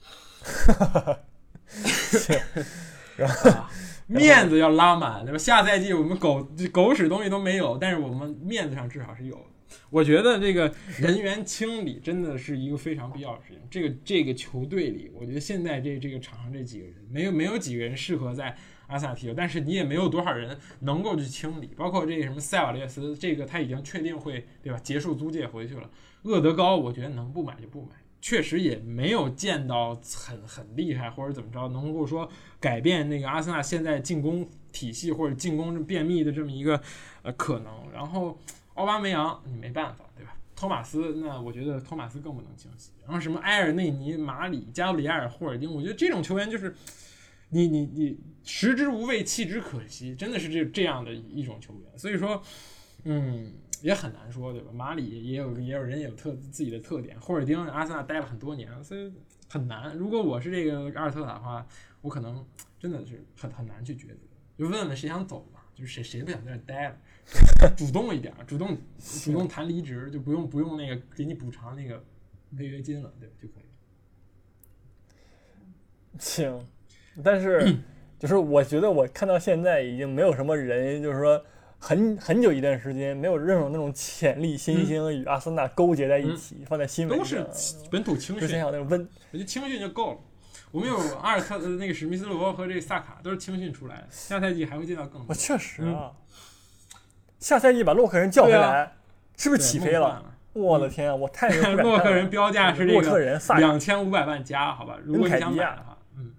谢。然后面子要拉满，对吧？下赛季我们狗屎东西都没有，但是我们面子上至少是有的。我觉得这个人员清理真的是一个非常必要的事情。这个球队里，我觉得现在这个场上这几个人，没有几个人适合在阿森纳踢球，但是你也没有多少人能够去清理，包括这个什么塞瓦列斯，这个他已经确定会对吧结束租借回去了。厄德高我觉得能不买就不买，确实也没有见到很厉害或者怎么着能够说改变那个阿森纳现在进攻体系或者进攻便秘的这么一个可能。然后奥巴梅扬你没办法对吧？托马斯那我觉得托马斯更不能清洗，然后什么埃尔内尼、马里、加里亚尔、霍尔丁，我觉得这种球员就是你食之无味弃之可惜，真的是这样的一种球员。所以说也很难说对吧？马里也有人有自己的特点，霍尔丁阿森纳待了很多年，所以很难。如果我是这个阿尔特塔的话，我可能真的是很难去抉择，就问问谁想走吧，就是谁不想在这待了，主动一点，主动谈离职，就不用那个给你补偿那个违约金了，对就可以。 行，但是就是我觉得我看到现在已经没有什么人，就是说很久一段时间没有任何那种潜力新星与阿森纳勾结在一起，放在新闻上都是本土青训， 之前有那种我觉得青训就够了。我们有阿尔特那个史密斯罗和这个萨卡都是青训出来的，下赛季还会见到更多。 确实啊，下赛季把洛克人叫回来，是不是起飞了？我的天啊，我太有洛克人标价是这个2500万加，好吧？如果你想买的话，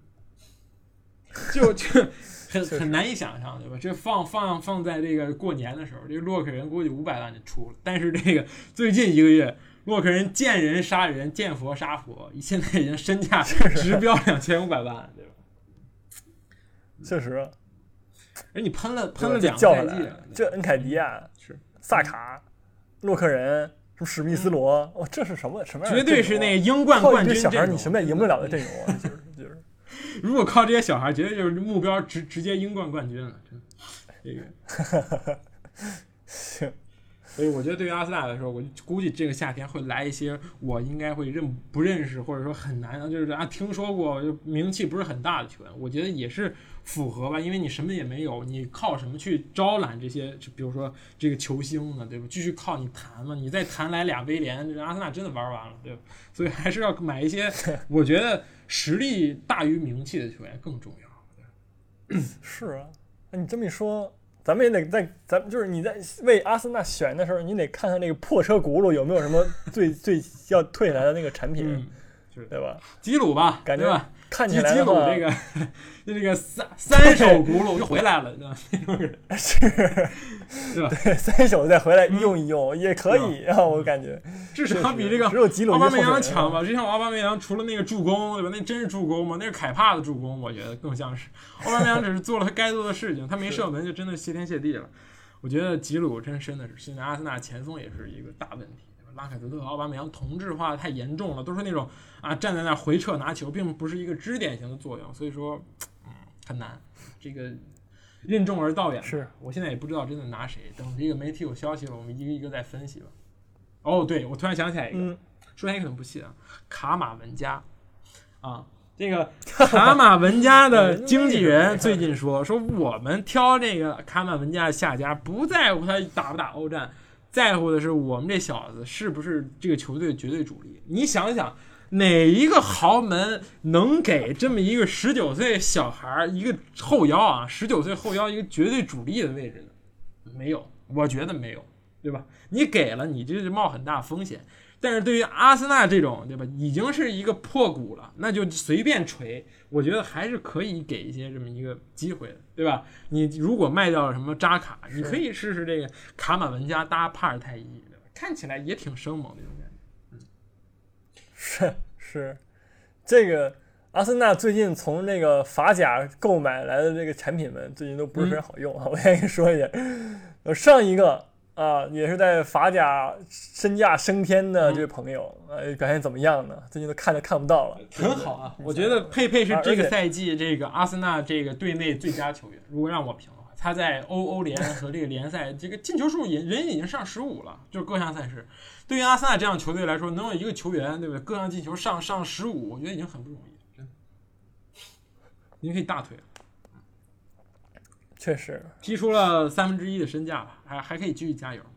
就很难以想象，对吧？这放在这个过年的时候，这个洛克人估计500万就出了。但是这个最近一个月，洛克人见人杀人，见佛杀佛，现在已经身价直标2500万，对吧？ 确实。 而你喷了2赛季， 这恩凯迪亚是萨卡、洛克人。什么史密斯罗？这是什么样的？ 绝对是那个英冠冠军小孩，你什么也赢不了的阵容啊！就是如果靠这些小孩，绝对就是目标直接英冠冠军了。这个， 行。 所以我觉得对于阿森纳来说，我估计这个夏天会来一些我应该会不认识或者说很难就是听说过就名气不是很大的球员，我觉得也是符合吧，因为你什么也没有，你靠什么去招揽这些比如说这个球星呢，对吧？继续靠你谈嘛，你再谈来2威廉，阿森纳真的玩完了，对吧？所以还是要买一些我觉得实力大于名气的球员更重要。 是啊，那你这么一说，咱们也得咱就是你在为阿森纳选的时候，你得看看那个破车轱辘有没有什么最要退下来的那个产品，对吧？ 基鲁吧， 感觉吧， 看起来基鲁这个三手轱辘就回来了， 是，对吧？对，三手再回来用一用也可以啊，我感觉至少比这个奥巴梅扬强吧。就像奥巴梅扬除了那个助攻，对吧？那真是助攻吗？那是凯帕的助攻，我觉得更像是奥巴梅扬只是做了他该做的事情，他没射门就真的谢天谢地了。我觉得吉鲁真的是现在阿森纳前锋也是一个大问题。拉凯泽特和奥巴梅扬同质化太严重了，都是那种站在那回撤拿球，并不是一个支点型的作用，所以说很难。这个任重而道远， 是我现在也不知道真的拿谁，等这个媒体有消息了，我们一个一个再分析吧。哦，对，我突然想起来一个，说起来可能不信啊，卡马文加啊，这个卡马文加的经纪人最近说我们挑这个卡马文加的下家，不在乎他打不打欧战。在乎的是我们这小子是不是这个球队绝对主力。你想想，哪一个豪门能给这么一个19岁小孩一个后腰啊，19岁后腰一个绝对主力的位置呢？没有，我觉得没有，对吧？你给了，你就是冒很大风险。但是对于阿森纳这种，对吧，已经是一个破股了，那就随便锤，我觉得还是可以给一些这么一个机会的，对吧？你如果卖掉了什么扎卡，你可以试试这个卡马文加搭帕尔泰伊，看起来也挺生猛的那种感觉。是，这个阿森纳最近从那个法甲购买来的这个产品们，最近都不是非常好用啊。我先跟你说一下，上一个。也是在法甲身价升天的这位朋友，表现怎么样呢？最近都看不到了， 很好啊。我觉得佩佩是这个赛季这个阿森纳这个队内最佳球员。如果让我评的话，他在欧联和这个联赛这个进球数人已经上15了，就是各项赛事。对于阿森纳这样球队来说，能有一个球员对不对？各项进球上15，我觉得已经很不容易了，真的。您可以大腿了。 确实踢出了1/3的身价吧，还可以继续加油。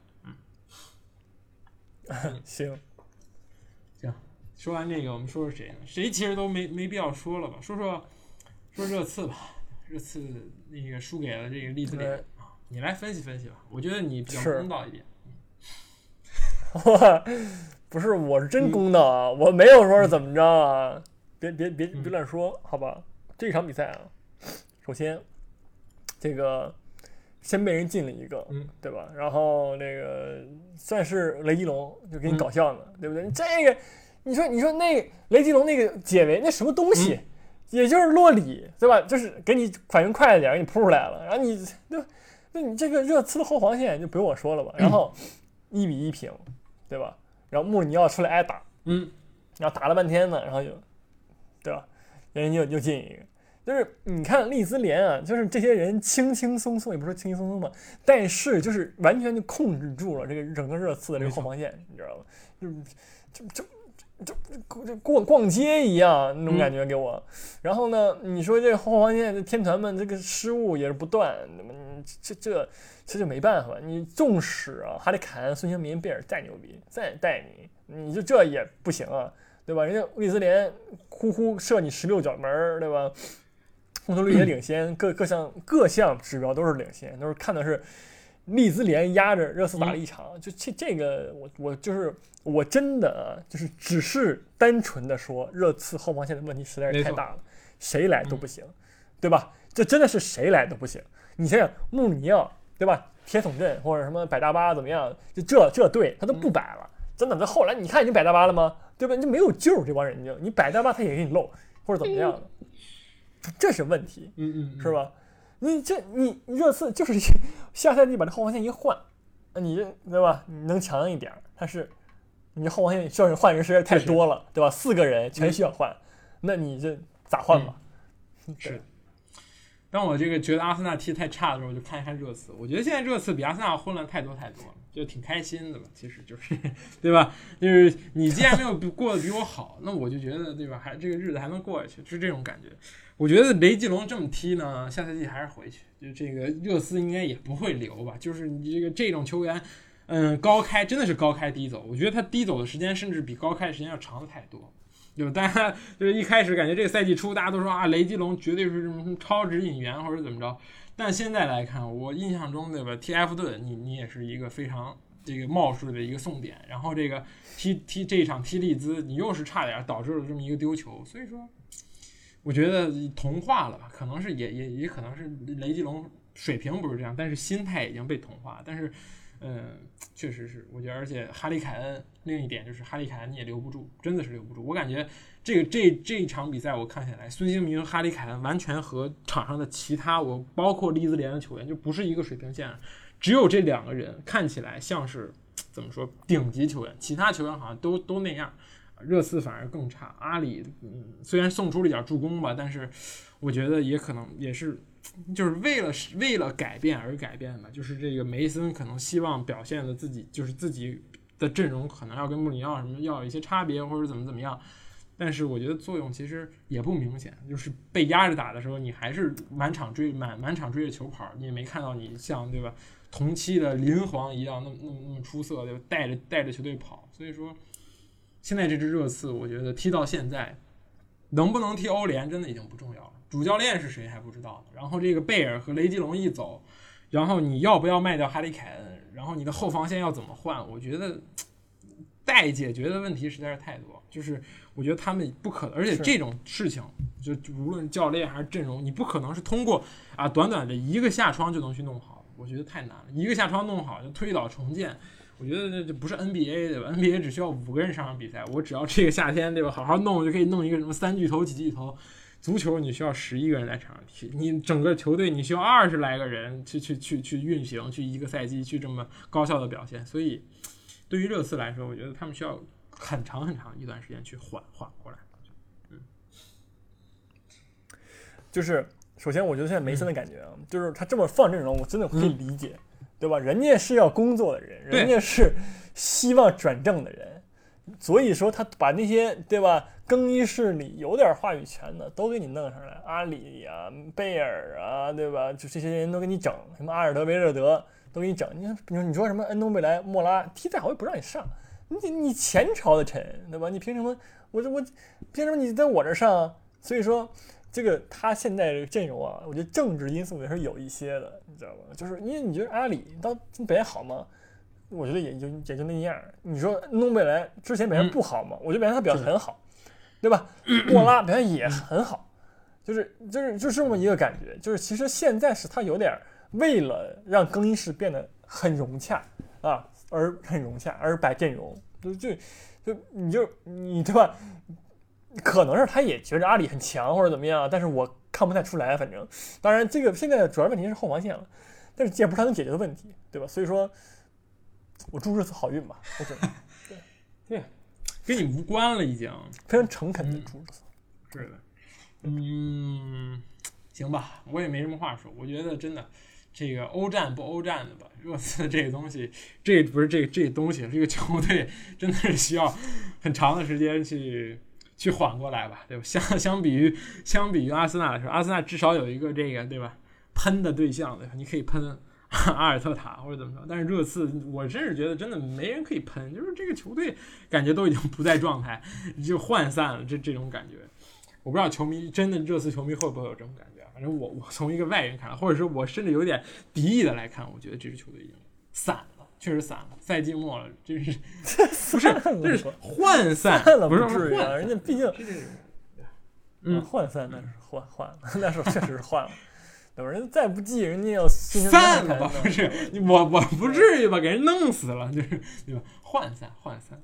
行， 说完这个，我们说说谁呢？谁其实都没必要说了吧？说热刺吧。 热刺那个输给了这个利兹联啊，你来分析分析吧，我觉得你比较公道一点。 不是，我是真公道啊，我没有说是怎么着啊，别乱说，好吧？这场比赛啊，首先这个先被人进了一个，对吧？然后那个算是雷吉隆就给你搞笑呢，对不对？这个你说那雷吉隆那个解围那什么东西，也就是洛里，对吧？就是给你反应快一点，给你扑出来了，然后你对，那你这个热刺的后防线就不用我说了吧？然后1-1平，对吧？然后穆里尼奥出来挨打，然后打了半天呢，然后就，对吧？人家又进一个，就是你看利兹联啊，就是这些人轻轻松松，也不是轻轻松松吧，但是就是完全就控制住了这个整个热刺的这个后防线，你知道吗？就逛街一样那种感觉给我。然后呢，你说这个后防线的天团们这个失误也是不断，这就没办法。你纵使啊，哈里凯恩、孙兴民、贝尔再牛逼，再带你就这也不行啊，对吧？人家利兹联呼射你16脚门，对吧？控球率也领先，各项指标都是领先，都是看的是利兹联压着热刺打了一场。就这个我真的就是只是单纯的说热刺后防线的问题实在是太大了，谁来都不行，对吧？这真的是谁来都不行。你想想穆里尼奥，对吧？铁桶阵或者什么摆大巴怎么样？就这队他都不摆了，真的。这后来你看你摆大巴了吗？对吧？你就没有救这帮人家，你摆大巴他也给你漏或者怎么样的，这是问题，是吧？你热刺就是下赛季把这后防线一换，你这对吧？你能强一点，但是你后防线需要换人实在太多了，对吧？4个人全需要换，那你这咋换吧？ 是。当我这个觉得阿森纳踢太差的时候，我就看一看热刺。我觉得现在热刺比阿森纳混乱太多了，就挺开心的吧。其实就是，对吧？就是你既然没有过得比我好，那我就觉得，对吧？还这个日子还能过下去，就是这种感觉。我觉得雷吉隆这么踢呢，下赛季还是回去。就这个热刺应该也不会留吧？就是你这种球员，高开真的是高开低走。我觉得他低走的时间甚至比高开的时间要长的太多。就大家就是一开始感觉这个赛季初大家都说啊，雷吉隆绝对是什么超值引援或者怎么着，但现在来看，我印象中对吧，踢埃弗顿你也是一个非常这个冒出的一个送点，然后这个踢这一场踢利兹，你又是差点导致了这么一个丢球，所以说我觉得同化了吧，可能是也可能是雷吉隆水平不是这样，但是心态已经被同化，但是。确实是，我觉得，而且哈里凯恩另一点就是哈里凯恩你也留不住，真的是留不住。我感觉这一场比赛我看下来，孙兴民和哈里凯恩完全和场上的其他我包括利兹联的球员就不是一个水平线，只有这2个人看起来像是怎么说顶级球员，其他球员好像都那样。热刺反而更差，阿里虽然送出了一点助攻吧，但是我觉得也可能也是。就是为了改变而改变吧，就是这个梅森可能希望表现的自己的阵容可能要跟穆里尼奥什么要有一些差别或者怎么样，但是我觉得作用其实也不明显，就是被压着打的时候，你还是满场追着球跑，你也没看到你像对吧同期的林皇一样那么出色，对吧？带着球队跑，所以说现在这支热刺，我觉得踢到现在能不能踢欧联真的已经不重要了。主教练是谁还不知道呢，然后这个贝尔和雷吉隆一走，然后你要不要卖掉哈里凯恩，然后你的后防线要怎么换，我觉得待解决的问题实在是太多，就是我觉得他们不可能，而且这种事情就无论教练还是阵容，你不可能是通过短短的一个夏窗就能去弄好，我觉得太难了，一个夏窗弄好就推倒重建，我觉得这不是 NBA 对吧 ？NBA 只需要5个人上场比赛，我只要这个夏天对吧好好弄就可以弄一个什么3巨头几巨头。足球你需要11个人在场上踢，你整个球队你需要20来个人去运行，去一个赛季去这么高效的表现，所以对于热刺来说，我觉得他们需要很长一段时间去缓过来。 就是首先我觉得现在梅森的感觉就是他这么放阵容，我真的可以理解，对吧？人家是要工作的人，人家是希望转正的人，所以说他把那些对吧？更衣室里有点话语权的都给你弄上来，阿里啊、贝尔啊，对吧？就这些人都给你整，什么阿尔德维勒德都给你整。你说什么恩东贝莱、莫拉踢再好也不让你上，你前朝的臣，对吧？你凭什么我凭什么你在我这上？所以说这个他现在这个阵容啊，我觉得政治因素也是有一些的，你知道吧？就是因为你觉得阿里当表现好吗？我觉得也就那样。你说弄未来之前表现不好吗？我觉得表现他表现很好，对吧？莫拉表现也很好，就是这么一个感觉。就是其实现在是他有点为了让更衣室变得很融洽啊，而摆阵容，你对吧？可能是他也觉得阿里很强或者怎么样，但是我看不太出来。反正，当然这个现在的主要问题是后防线了，但是这也不是他能解决的问题，对吧？所以说，我祝热刺好运吧，我觉得。 对，跟你无关了，已经非常诚恳的祝热刺。 是的，行吧，我也没什么话说。我觉得真的，这个欧战不欧战的吧，热刺这个东西，这不是这东西，这个球队真的是需要很长的时间去缓过来吧，对吧？相比于阿森纳来说，阿森纳至少有一个这个对吧喷的对象，对吧？你可以喷阿尔特塔或者怎么着，但是热刺我真是觉得真的没人可以喷，就是这个球队感觉都已经不在状态，就涣散了，这种感觉，我不知道球迷真的热刺球迷会不会有这种感觉，反正我从一个外人看，或者说我甚至有点敌意的来看，我觉得这支球队已经散了。确实散了，赛季末了，真是不是这是涣散了，不是啊，人家毕竟涣散那是换了，那是确实是换了，对吧？人再不济，人家要散了吧？不是我不至于吧？给人弄死了，就是对吧？涣散，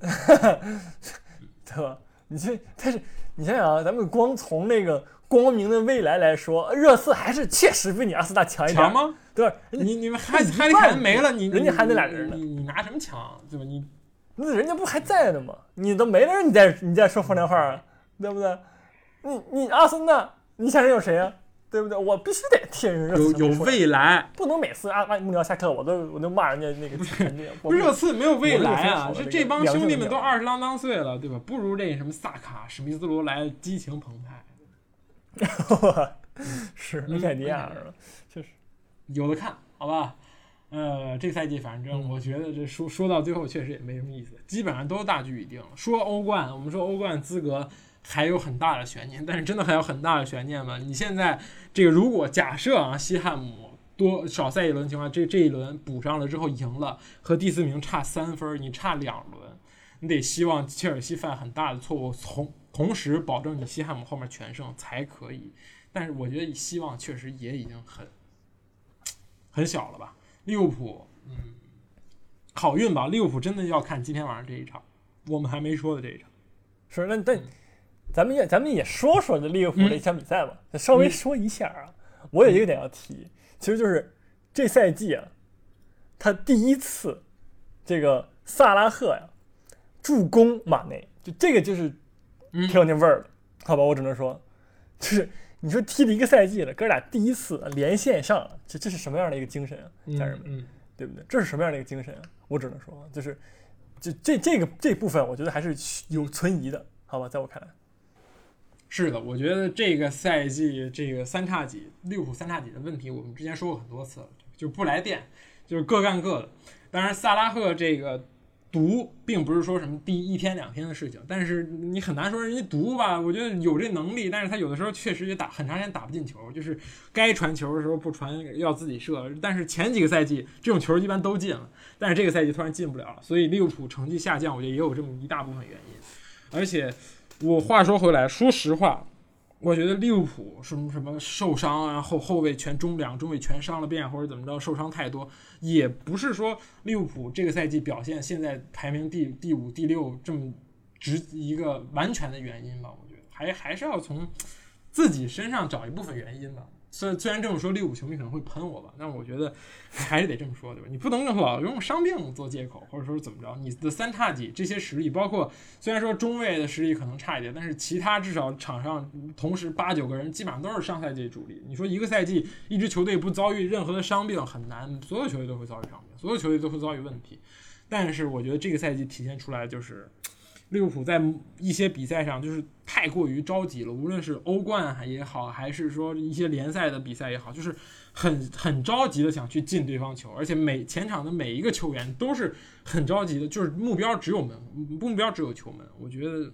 对吧？但是你想想啊，咱们光从那个光明的未来来说，热刺还是确实比你阿森纳强一点。 强吗？对吧？你们哈里凯恩没了， 人家还那俩人呢， 你拿什么强？对吧？ 那人家不还在呢吗？你都没了，你再说风凉话啊，对不对？你阿森纳，你想人有谁啊？对不对？我必须得替人热刺有未来， 不能每次穆里尼奥下课我都骂人家那个热刺没有未来啊！这帮兄弟们都20啷当岁了，对吧？不如这什么萨卡、史密斯罗来激情澎湃。 是雷凯迪亚是吧？确实。 有的看好吧，这赛季反正我觉得这说到最后确实也没什么意思，基本上都大局已定了。说欧冠，我们说欧冠资格还有很大的悬念，但是真的还有很大的悬念吗？你现在这个如果假设啊，西汉姆少赛一轮情况，这一轮补上了之后赢了，和第4名差3分，你差2轮，你得希望切尔西犯很大的错误，同时保证你西汉姆后面全胜才可以。但是我觉得希望确实也已经很小了吧。利物浦，好运吧。利物浦真的要看今天晚上这一场，我们还没说的这一场。 是，那咱们也说说这利物浦这场比赛吧，稍微说一下啊。我有一个点要提，其实就是这赛季啊，他第一次这个萨拉赫呀助攻马内，就这个就是挺有那味儿的，好吧？我只能说，就是你说踢了一个赛季了，哥俩第一次连线上，这是什么样的一个精神啊，家人们，对不对？这是什么样的一个精神啊？我只能说，就这部分，我觉得还是有存疑的，好吧？在我看来， 是的，我觉得这个赛季这个三叉戟，利物浦三叉戟的问题，我们之前说过很多次了，就不来电，就是各干各的。当然，萨拉赫这个毒并不是说什么第1天2天的事情，但是你很难说人家毒吧，我觉得有这能力，但是他有的时候确实也很长时间打不进球，就是该传球的时候不传，要自己射。但是前几个赛季这种球一般都进了，但是这个赛季突然进不了了，所以利物浦成绩下降，我觉得也有这么一大部分原因。而且我话说回来，说实话，我觉得利物浦什么受伤，然后后卫两中卫全伤了遍，或者怎么着受伤太多，也不是说利物浦这个赛季表现现在排名第5、第6这么一个完全的原因吧。我觉得还是要从自己身上找一部分原因吧。虽然这么说利物浦球迷可能会喷我吧，但我觉得还是得这么说，对吧？你不能老用伤病做借口，或者说怎么着，你的三叉戟这些实力，包括虽然说中卫的实力可能差一点，但是其他至少场上同时8、9个人基本上都是上赛季主力。你说一个赛季一支球队不遭遇任何的伤病很难，所有球队都会遭遇伤病，所有球队都会遭遇问题。但是我觉得这个赛季体现出来就是利物浦在一些比赛上就是太过于着急了，无论是欧冠也好，还是说一些联赛的比赛也好，就是很着急的想去进对方球，而且前场的每一个球员都是很着急的，就是目标只有门，目标只有球门。我觉得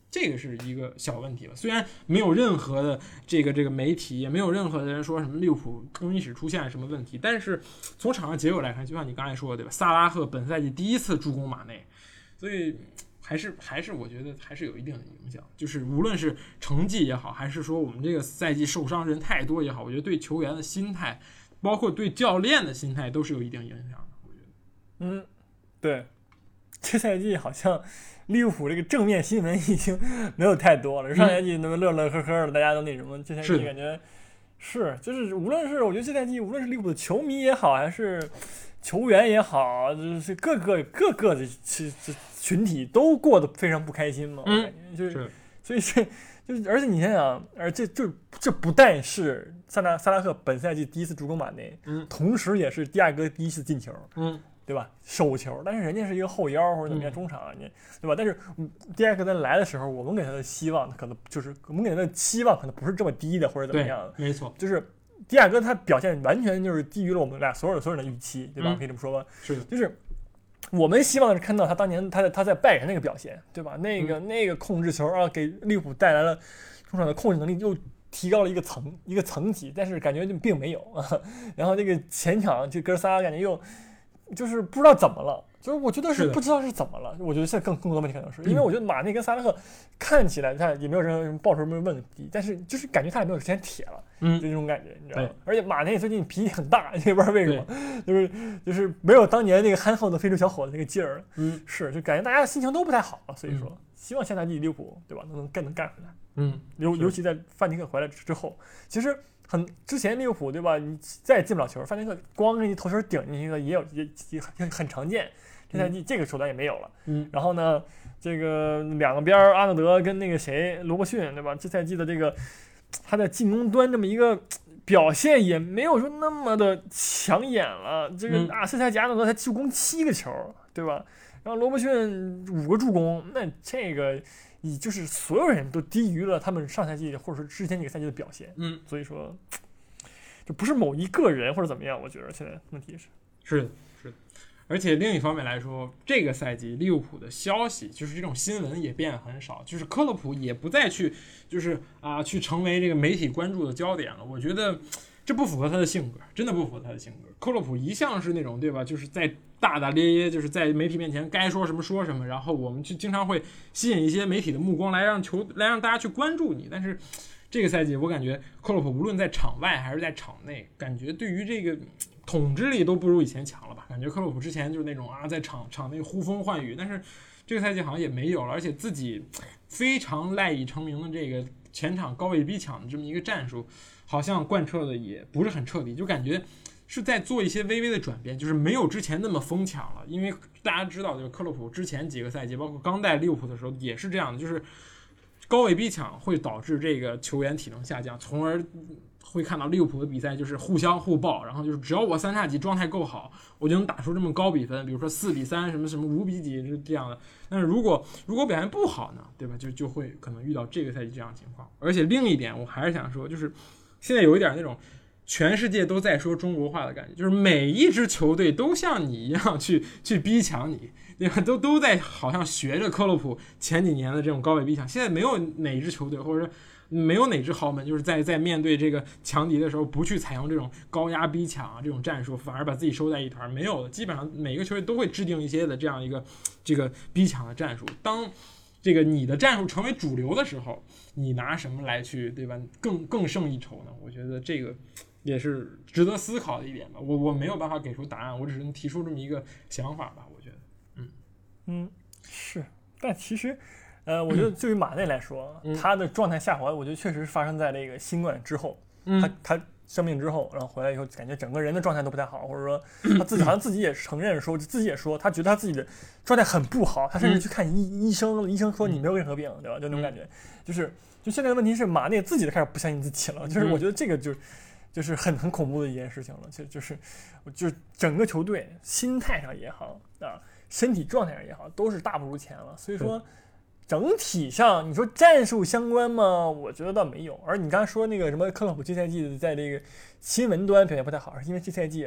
这个是一个小问题了。虽然没有任何的这个媒体，也没有任何的人说什么利物浦更衣室出现了什么问题，但是从场上结果来看，就像你刚才说的，对吧？萨拉赫本赛季第一次助攻马内，所以还是我觉得还是有一定的影响。就是无论是成绩也好，还是说我们这个赛季受伤人太多也好，我觉得对球员的心态，包括对教练的心态都是有一定影响的。我觉得，对，这赛季好像利物浦这个正面新闻已经没有太多了。上赛季那么乐乐呵呵的，大家都那什么，这赛季感觉就是无论是我觉得这赛季无论是利物浦的球迷也好，还是球员也好，就是各个的群体都过得非常不开心嘛。我感觉就是，所以就是而且你想想，这不但是萨拉赫本赛季第一次助攻马内，同时也是迪亚哥第一次进球，对吧？手球，但是人家是一个后腰或者怎么样中场，对吧？但是迪亚哥在来的时候，我们给他的希望可能就是我们给他的期望可能不是这么低的，或者怎么样的。 没错， 就是迪亚哥他表现完全就是低于了我们俩所有人的预期，对吧？可以这么说吧？ 是的， 就是我们希望是看到他当年他在拜仁那个表现，对吧？那个控制球啊，给利物浦带来了中场的控制能力又提高了一个层级，但是感觉并没有啊。然后这个前场这哥仨感觉又就是不知道怎么了，就是我觉得是不知道是怎么了。我觉得现在更多问题可能是因为我觉得马内跟萨拉赫看起来他也没有任何爆出什么问题，但是就是感觉他也没有之前铁了，就这种感觉，你知道吗？而且马内最近脾气很大，也不知道为什么，就是没有当年那个憨厚的非洲小伙子那个劲儿，就感觉大家心情都不太好了。所以说，希望下赛季利物浦对吧能干回来，尤其在范迪克回来之后，其实。之前利物浦对吧？你再进不了球，范迪克光给你头球顶进去的也很常见。这赛季这个手段也没有了。然后呢，这个两个边阿诺德跟那个谁罗伯逊对吧？这赛季的这个他在进攻端这么一个表现也没有说那么的抢眼了。这个这赛季阿诺德才助攻7个球，对吧？然后罗伯逊5个助攻，那这个。就是所有人都低于了他们上赛季或者说之前几个赛季的表现，所以说这不是某一个人或者怎么样，我觉得现在问题是的，而且另一方面来说，这个赛季利物浦的消息就是这种新闻也变得很少，就是克洛普也不再去就是去成为这个媒体关注的焦点了。我觉得这不符合他的性格，真的不符合他的性格。克洛普一向是那种对吧，就是在大大咧咧，就是在媒体面前该说什么说什么，然后我们就经常会吸引一些媒体的目光来让大家去关注你。但是这个赛季我感觉克洛普无论在场外还是在场内，感觉对于这个统治力都不如以前强了吧。感觉克洛普之前就是那种在场内呼风唤雨，但是这个赛季好像也没有了，而且自己非常赖以成名的这个前场高位逼抢的这么一个战术，好像贯彻的也不是很彻底，就感觉是在做一些微微的转变，就是没有之前那么疯抢了。因为大家知道，就是克洛普之前几个赛季，包括刚带利物浦的时候也是这样的，就是高位逼抢会导致这个球员体能下降，从而会看到利物浦的比赛就是互相互爆，然后就是只要我3叉戟状态够好，我就能打出这么高比分，比如说4-3什么5比几是这样的。但是如果表现不好呢，对吧？就会可能遇到这个赛季这样的情况。而且另一点，我还是想说，就是现在有一点那种全世界都在说中国话的感觉，就是每一支球队都像你一样去逼抢你，对吧？都在好像学着克洛普前几年的这种高位逼抢。现在没有哪支球队或者说没有哪支豪门就是在面对这个强敌的时候不去采用这种高压逼抢这种战术，反而把自己收在一团，没有的。基本上每个球队都会制定一些的这样一个这个逼抢的战术。当这个你的战术成为主流的时候，你拿什么来去对吧更胜一筹呢？我觉得这个也是值得思考的一点吧。我没有办法给出答案，我只是能提出这么一个想法吧。我觉得， 是，但其实，我觉得对于马内来说，他的状态下滑，我觉得确实是发生在这个新冠之后，他生病之后，然后回来以后，感觉整个人的状态都不太好，或者说他自己好像自己也承认说，自己也说，他觉得他自己的状态很不好，他甚至去看医生，医生说你没有任何病，对吧？就那种感觉，就现在的问题是马内自己都开始不相信自己了，就是我觉得这个就是很恐怖的一件事情了，就是整个球队心态上也好身体状态上也好，都是大不如前了。所以说，整体上你说战术相关吗？我觉得倒没有。而你刚才说那个什么克洛普这赛季在这个新闻端表现不太好，是因为这赛季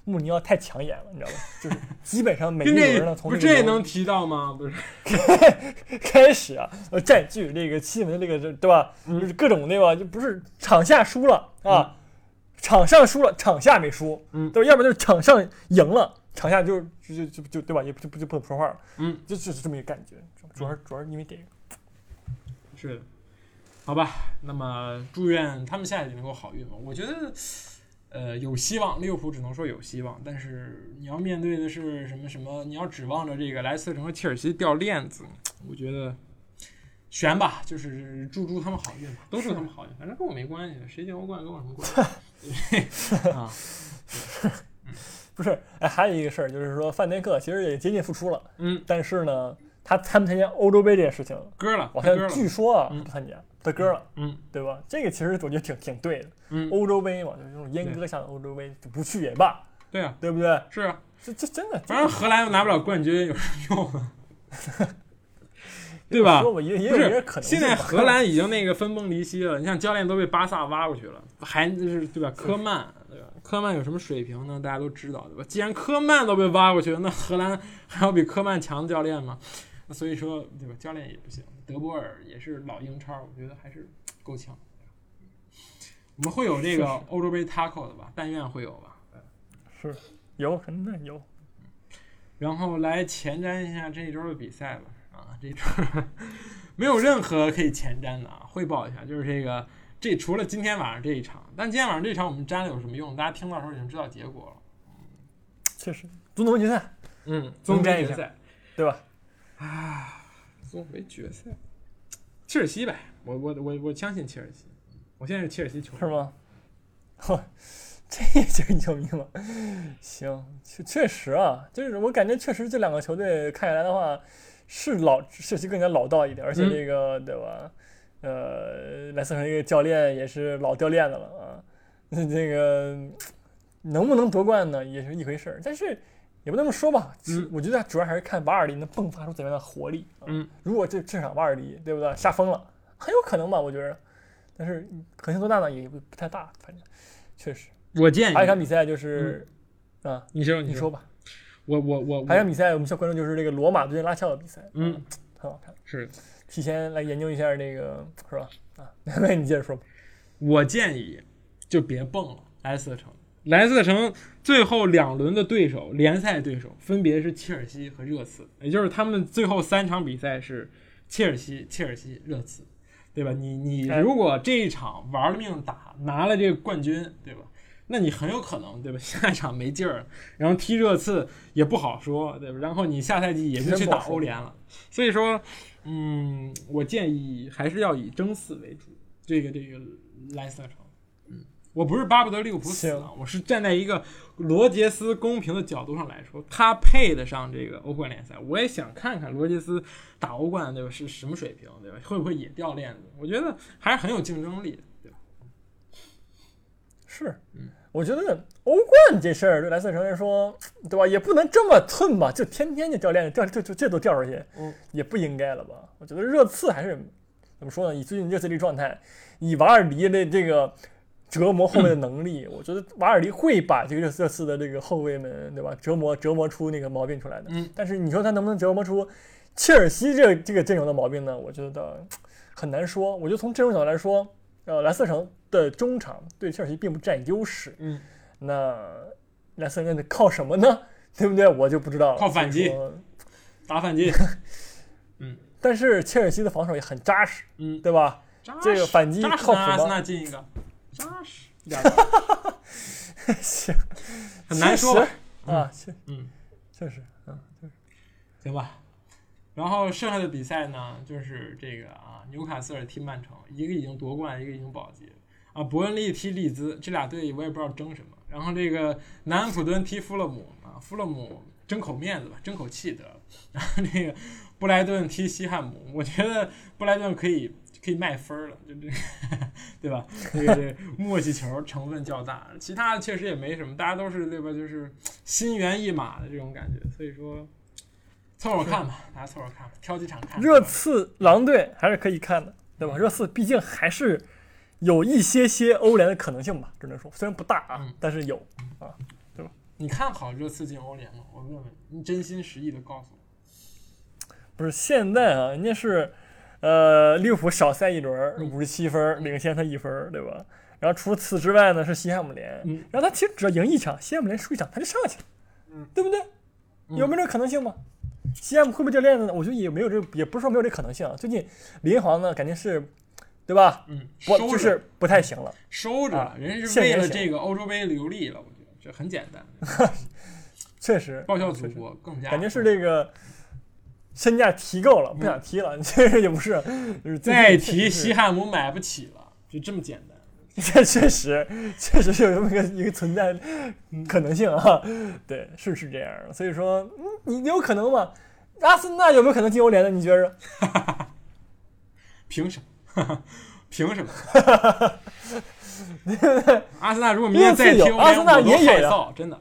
穆里尼奥太抢眼了，你知道吧？就是基本上每一轮呢，从这能提到吗？不是开始啊，占据这个气氛，这个对吧？就是各种对吧？就不是场下输了啊，场上输了，场下没输，对吧？要不然就是场上赢了，场下就对吧？也不能说话了，就是这么一个感觉，主要是因为这个， 是的。好吧，那么祝愿他们下一季能够好运吧。我觉得，有希望，利物浦只能说有希望。但是你要面对的是什么？你要指望着这个莱斯特城和切尔西掉链子，我觉得悬吧。就是祝他们好运吧，都祝他们好运，反正跟我没关系，谁进欧冠跟我什么关系啊？ 不是，还有一个事儿就是说，范戴克其实也接近复出了，但是呢，他参不参加欧洲杯这件事情割了， 好像据说啊不参加。他割了，对吧？这个其实我觉得挺对的，欧洲杯嘛，就是这种阉割下的欧洲杯，就不去也罢， 对啊， 对不对？ 是啊， 这真的， 反正荷兰又拿不了冠军，有什么用啊？对吧？ 不是， 现在荷兰已经那个分崩离析了，你像教练都被巴萨挖过去了，还就是对吧？科曼，对吧？科曼有什么水平呢？大家都知道，对吧？既然科曼都被挖过去了，那荷兰还要比科曼强的教练吗？那所以说，对吧？教练也不行。德波尔也是老英超，我觉得还是够呛。我们会有这个欧洲杯 taco 的吧？但愿会有吧。 是有，肯定有。 然后来前瞻一下这一周的比赛吧。这一周没有任何可以前瞻的啊。汇报一下，就是这除了今天晚上这一场，但今天晚上这一场我们沾了有什么用？大家听到的时候已经知道结果了。 确实，总统杯决赛， 总统杯决赛， 对吧？ 总统杯决赛，切尔西呗，我相信切尔西，我现在是切尔西球迷， 是吗？这也就是球迷吗？行，确实啊，就是我感觉确实这两个球队看下来的话，是切尔西更加老道一点，而且这个对吧？莱斯特城这个教练也是老掉链子了啊，这个能不能夺冠呢，也是一回事儿，但是。也不这么说吧，我觉得主要还是看瓦尔迪能迸发出怎样的活力。如果这场瓦尔迪对不对下疯了，很有可能吧，我觉得，但是可能性多大呢？也不太大，反正确实。 我建议还有一场比赛就是你说吧。我还有一场比赛，我们需要关注就是这个罗马对阵拉齐奥的比赛，很好看。 是， 提前来研究一下这个是吧？那你接着说吧。 我建议就别蹦了，莱斯特城。莱斯特城最后2轮的对手，联赛对手分别是切尔西和热刺，也就是他们最后3场比赛是切尔西、热刺，对吧？你如果这一场玩了命打，拿了这个冠军，对吧？那你很有可能，对吧？下一场没劲儿，然后踢热刺也不好说，对吧？然后你下赛季也就去打欧联了。所以说，我建议还是要以争四为主。这个莱斯特城。我不是巴不得利物浦死啊，我是站在一个罗杰斯公平的角度上来说，他配得上这个欧冠联赛。我也想看看罗杰斯打欧冠，对吧？是什么水平，对吧？会不会也掉链子？我觉得还是很有竞争力的，对吧？ 是，我觉得欧冠这事儿对莱斯特城来说，对吧？也不能这么寸吧，就天天就掉链子，这都掉出去，也不应该了吧？我觉得热刺还是怎么说呢？以最近热刺这状态，以瓦尔迪的这个。折磨后卫的能力，我觉得瓦尔迪会把这个热刺的这个后卫们，对吧？折磨出那个毛病出来的。但是你说他能不能折磨出切尔西这个阵容的毛病呢？我觉得很难说。我就从阵容角度来说，莱斯特城的中场对切尔西并不占优势。那莱斯特城得靠什么呢？对不对？我就不知道了。 靠反击，打反击。 但是切尔西的防守也很扎实，对吧？这个反击靠谱吗？ 阿森纳进一个。扎实， 行， 很难说啊，确实， 行吧。然后剩下的比赛呢，就是这个纽卡斯尔踢曼城，一个已经夺冠，一个已经保级伯恩利踢利兹，这俩队我也不知道争什么。然后这个南安普敦踢富勒姆富勒姆争口面子吧，争口气得了。然后这个布莱顿踢西汉姆，我觉得布莱顿可以卖分了，就这个，对吧？这个默契球成分较大，其他的确实也没什么，大家都是对吧？就是心猿意马的这种感觉，所以说凑合看吧，大家凑合看吧，挑几场看。 热刺狼队还是可以看的，对吧？热刺毕竟还是有一些欧联的可能性吧，只能说虽然不大但是有对吧？ 你看好这次进欧联吗？我问问你，真心实意的告诉我。 不是现在啊，人家是利物浦少赛一轮，57分，领先他1分，对吧？然后除此之外呢是西汉姆联，然后他其实只要赢一场，西汉姆联输一场他就上去了，对不对？有没有这个可能性吗？西汉姆会不会掉链子呢？我觉得也没有这，也不是说没有这个可能性啊。最近林皇呢，感觉是，对吧？就是不太行了， 收着，人是为了这个欧洲杯流利了，我觉得这很简单。 确实， 报效祖国更加感觉是这个身价提够了，不想踢了。这也不是，就是再提西汉姆买不起了，就这么简单。 这确实是有这么一个存在可能性啊，对，是这样的。所以说，你有可能吗？阿森纳有没有可能进欧联呢？你觉着？ 凭什么？凭什么？阿森纳如果明天再踢欧联， 阿森纳也有呀，真的。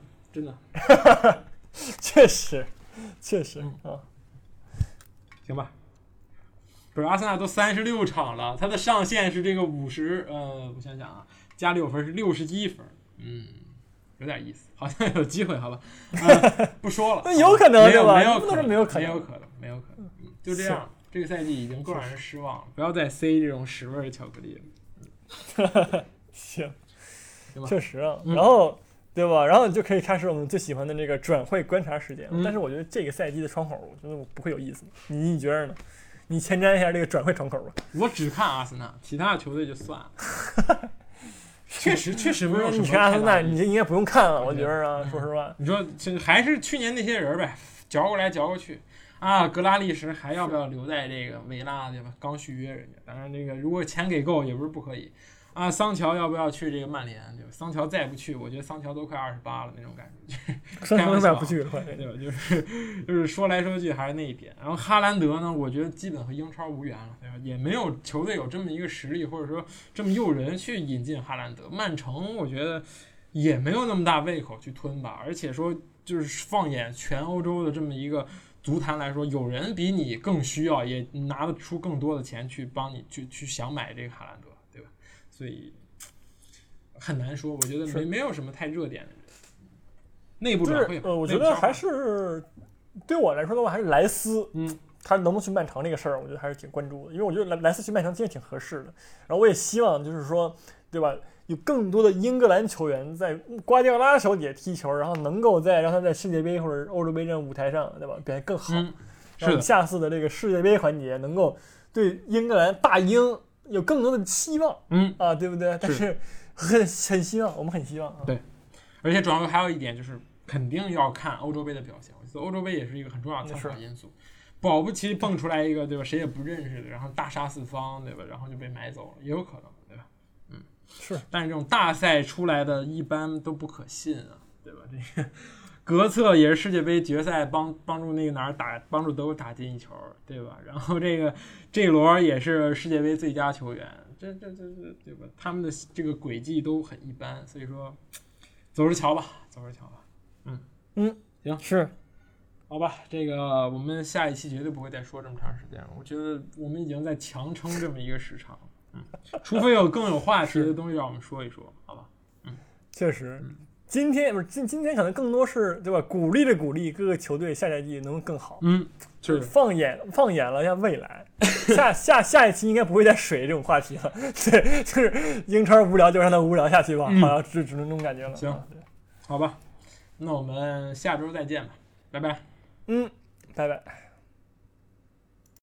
确实啊。 行吧。不是阿森纳都36场了，他的上限是这个50，我想想啊，加6分是61分，有点意思，好像有机会，好吧，不说了， 那有可能对吧？ 没有可能， 没有可能，就这样，这个赛季已经够让人失望了，不要再塞这种屎味巧克力了。行，确实啊，然后对吧？然后就可以开始我们最喜欢的那个转会观察时间，但是我觉得这个赛季的窗口，我觉得不会有意思，你觉得呢？你前瞻一下这个转会窗口吧。 我只看阿森纳，其他的球队就算了。确实没有什么。 你看阿森纳，你这应该不用看了，我觉得啊，说实话。 你说这还是去年那些人呗，嚼过来嚼过去啊。格拉利什还要不要留在这个维拉对吧？刚续约人家，当然这个如果钱给够也不是不可以啊。桑乔要不要去这个曼联对吧？桑乔再不去，我觉得桑乔都快28了那种感觉。 桑乔再不去了， 对吧？就是说来说去还是那一点。然后哈兰德呢，我觉得基本和英超无缘了，对吧？也没有球队有这么一个实力，或者说这么诱人去引进哈兰德。曼城我觉得也没有那么大胃口去吞吧。而且说就是放眼全欧洲的这么一个足坛来说，有人比你更需要，也拿得出更多的钱去帮你去想买这个哈兰德，对吧？所以很难说，我觉得没有什么太热点的人。内部转会， 我觉得还是对我来说的话，还是莱斯，他能不能去曼城这个事儿，我觉得还是挺关注的，因为我觉得莱斯去曼城其实挺合适的。然后我也希望就是说，对吧，有更多的英格兰球员在瓜迪奥拉手底下踢球，然后能够让他在世界杯或者欧洲杯这种舞台上，对吧，表现更好。让下次的这个世界杯环节能够对英格兰大英有更多的期望，对不对？但是很希望，我们很希望啊。 对，而且转会还有一点就是。肯定要看欧洲杯的表现，我觉得欧洲杯也是一个很重要的参考因素。保不齐蹦出来一个，对吧？谁也不认识的，然后大杀四方，对吧？然后就被买走了，也有可能，对吧？ 是。 但是这种大赛出来的一般都不可信啊，对吧？这个格策也是世界杯决赛帮助那个帮助德国打进1球，对吧？然后这罗也是世界杯最佳球员，这对吧？他们的这个轨迹都很一般，所以说走着瞧吧。行， 是， 好吧，这个我们下一期绝对不会再说这么长时间了。我觉得我们已经在强撑这么一个时长，除非有更有话题的东西让我们说一说，好吧？ 确实，今天可能更多是对吧？鼓励各个球队下赛季能更好， 就是放眼了一下未来。下一期应该不会再水这种话题了，对，就是英超无聊就让它无聊下去吧，好像只能这种感觉了。 行，好吧。那我们下周再见吧，拜拜。 拜拜。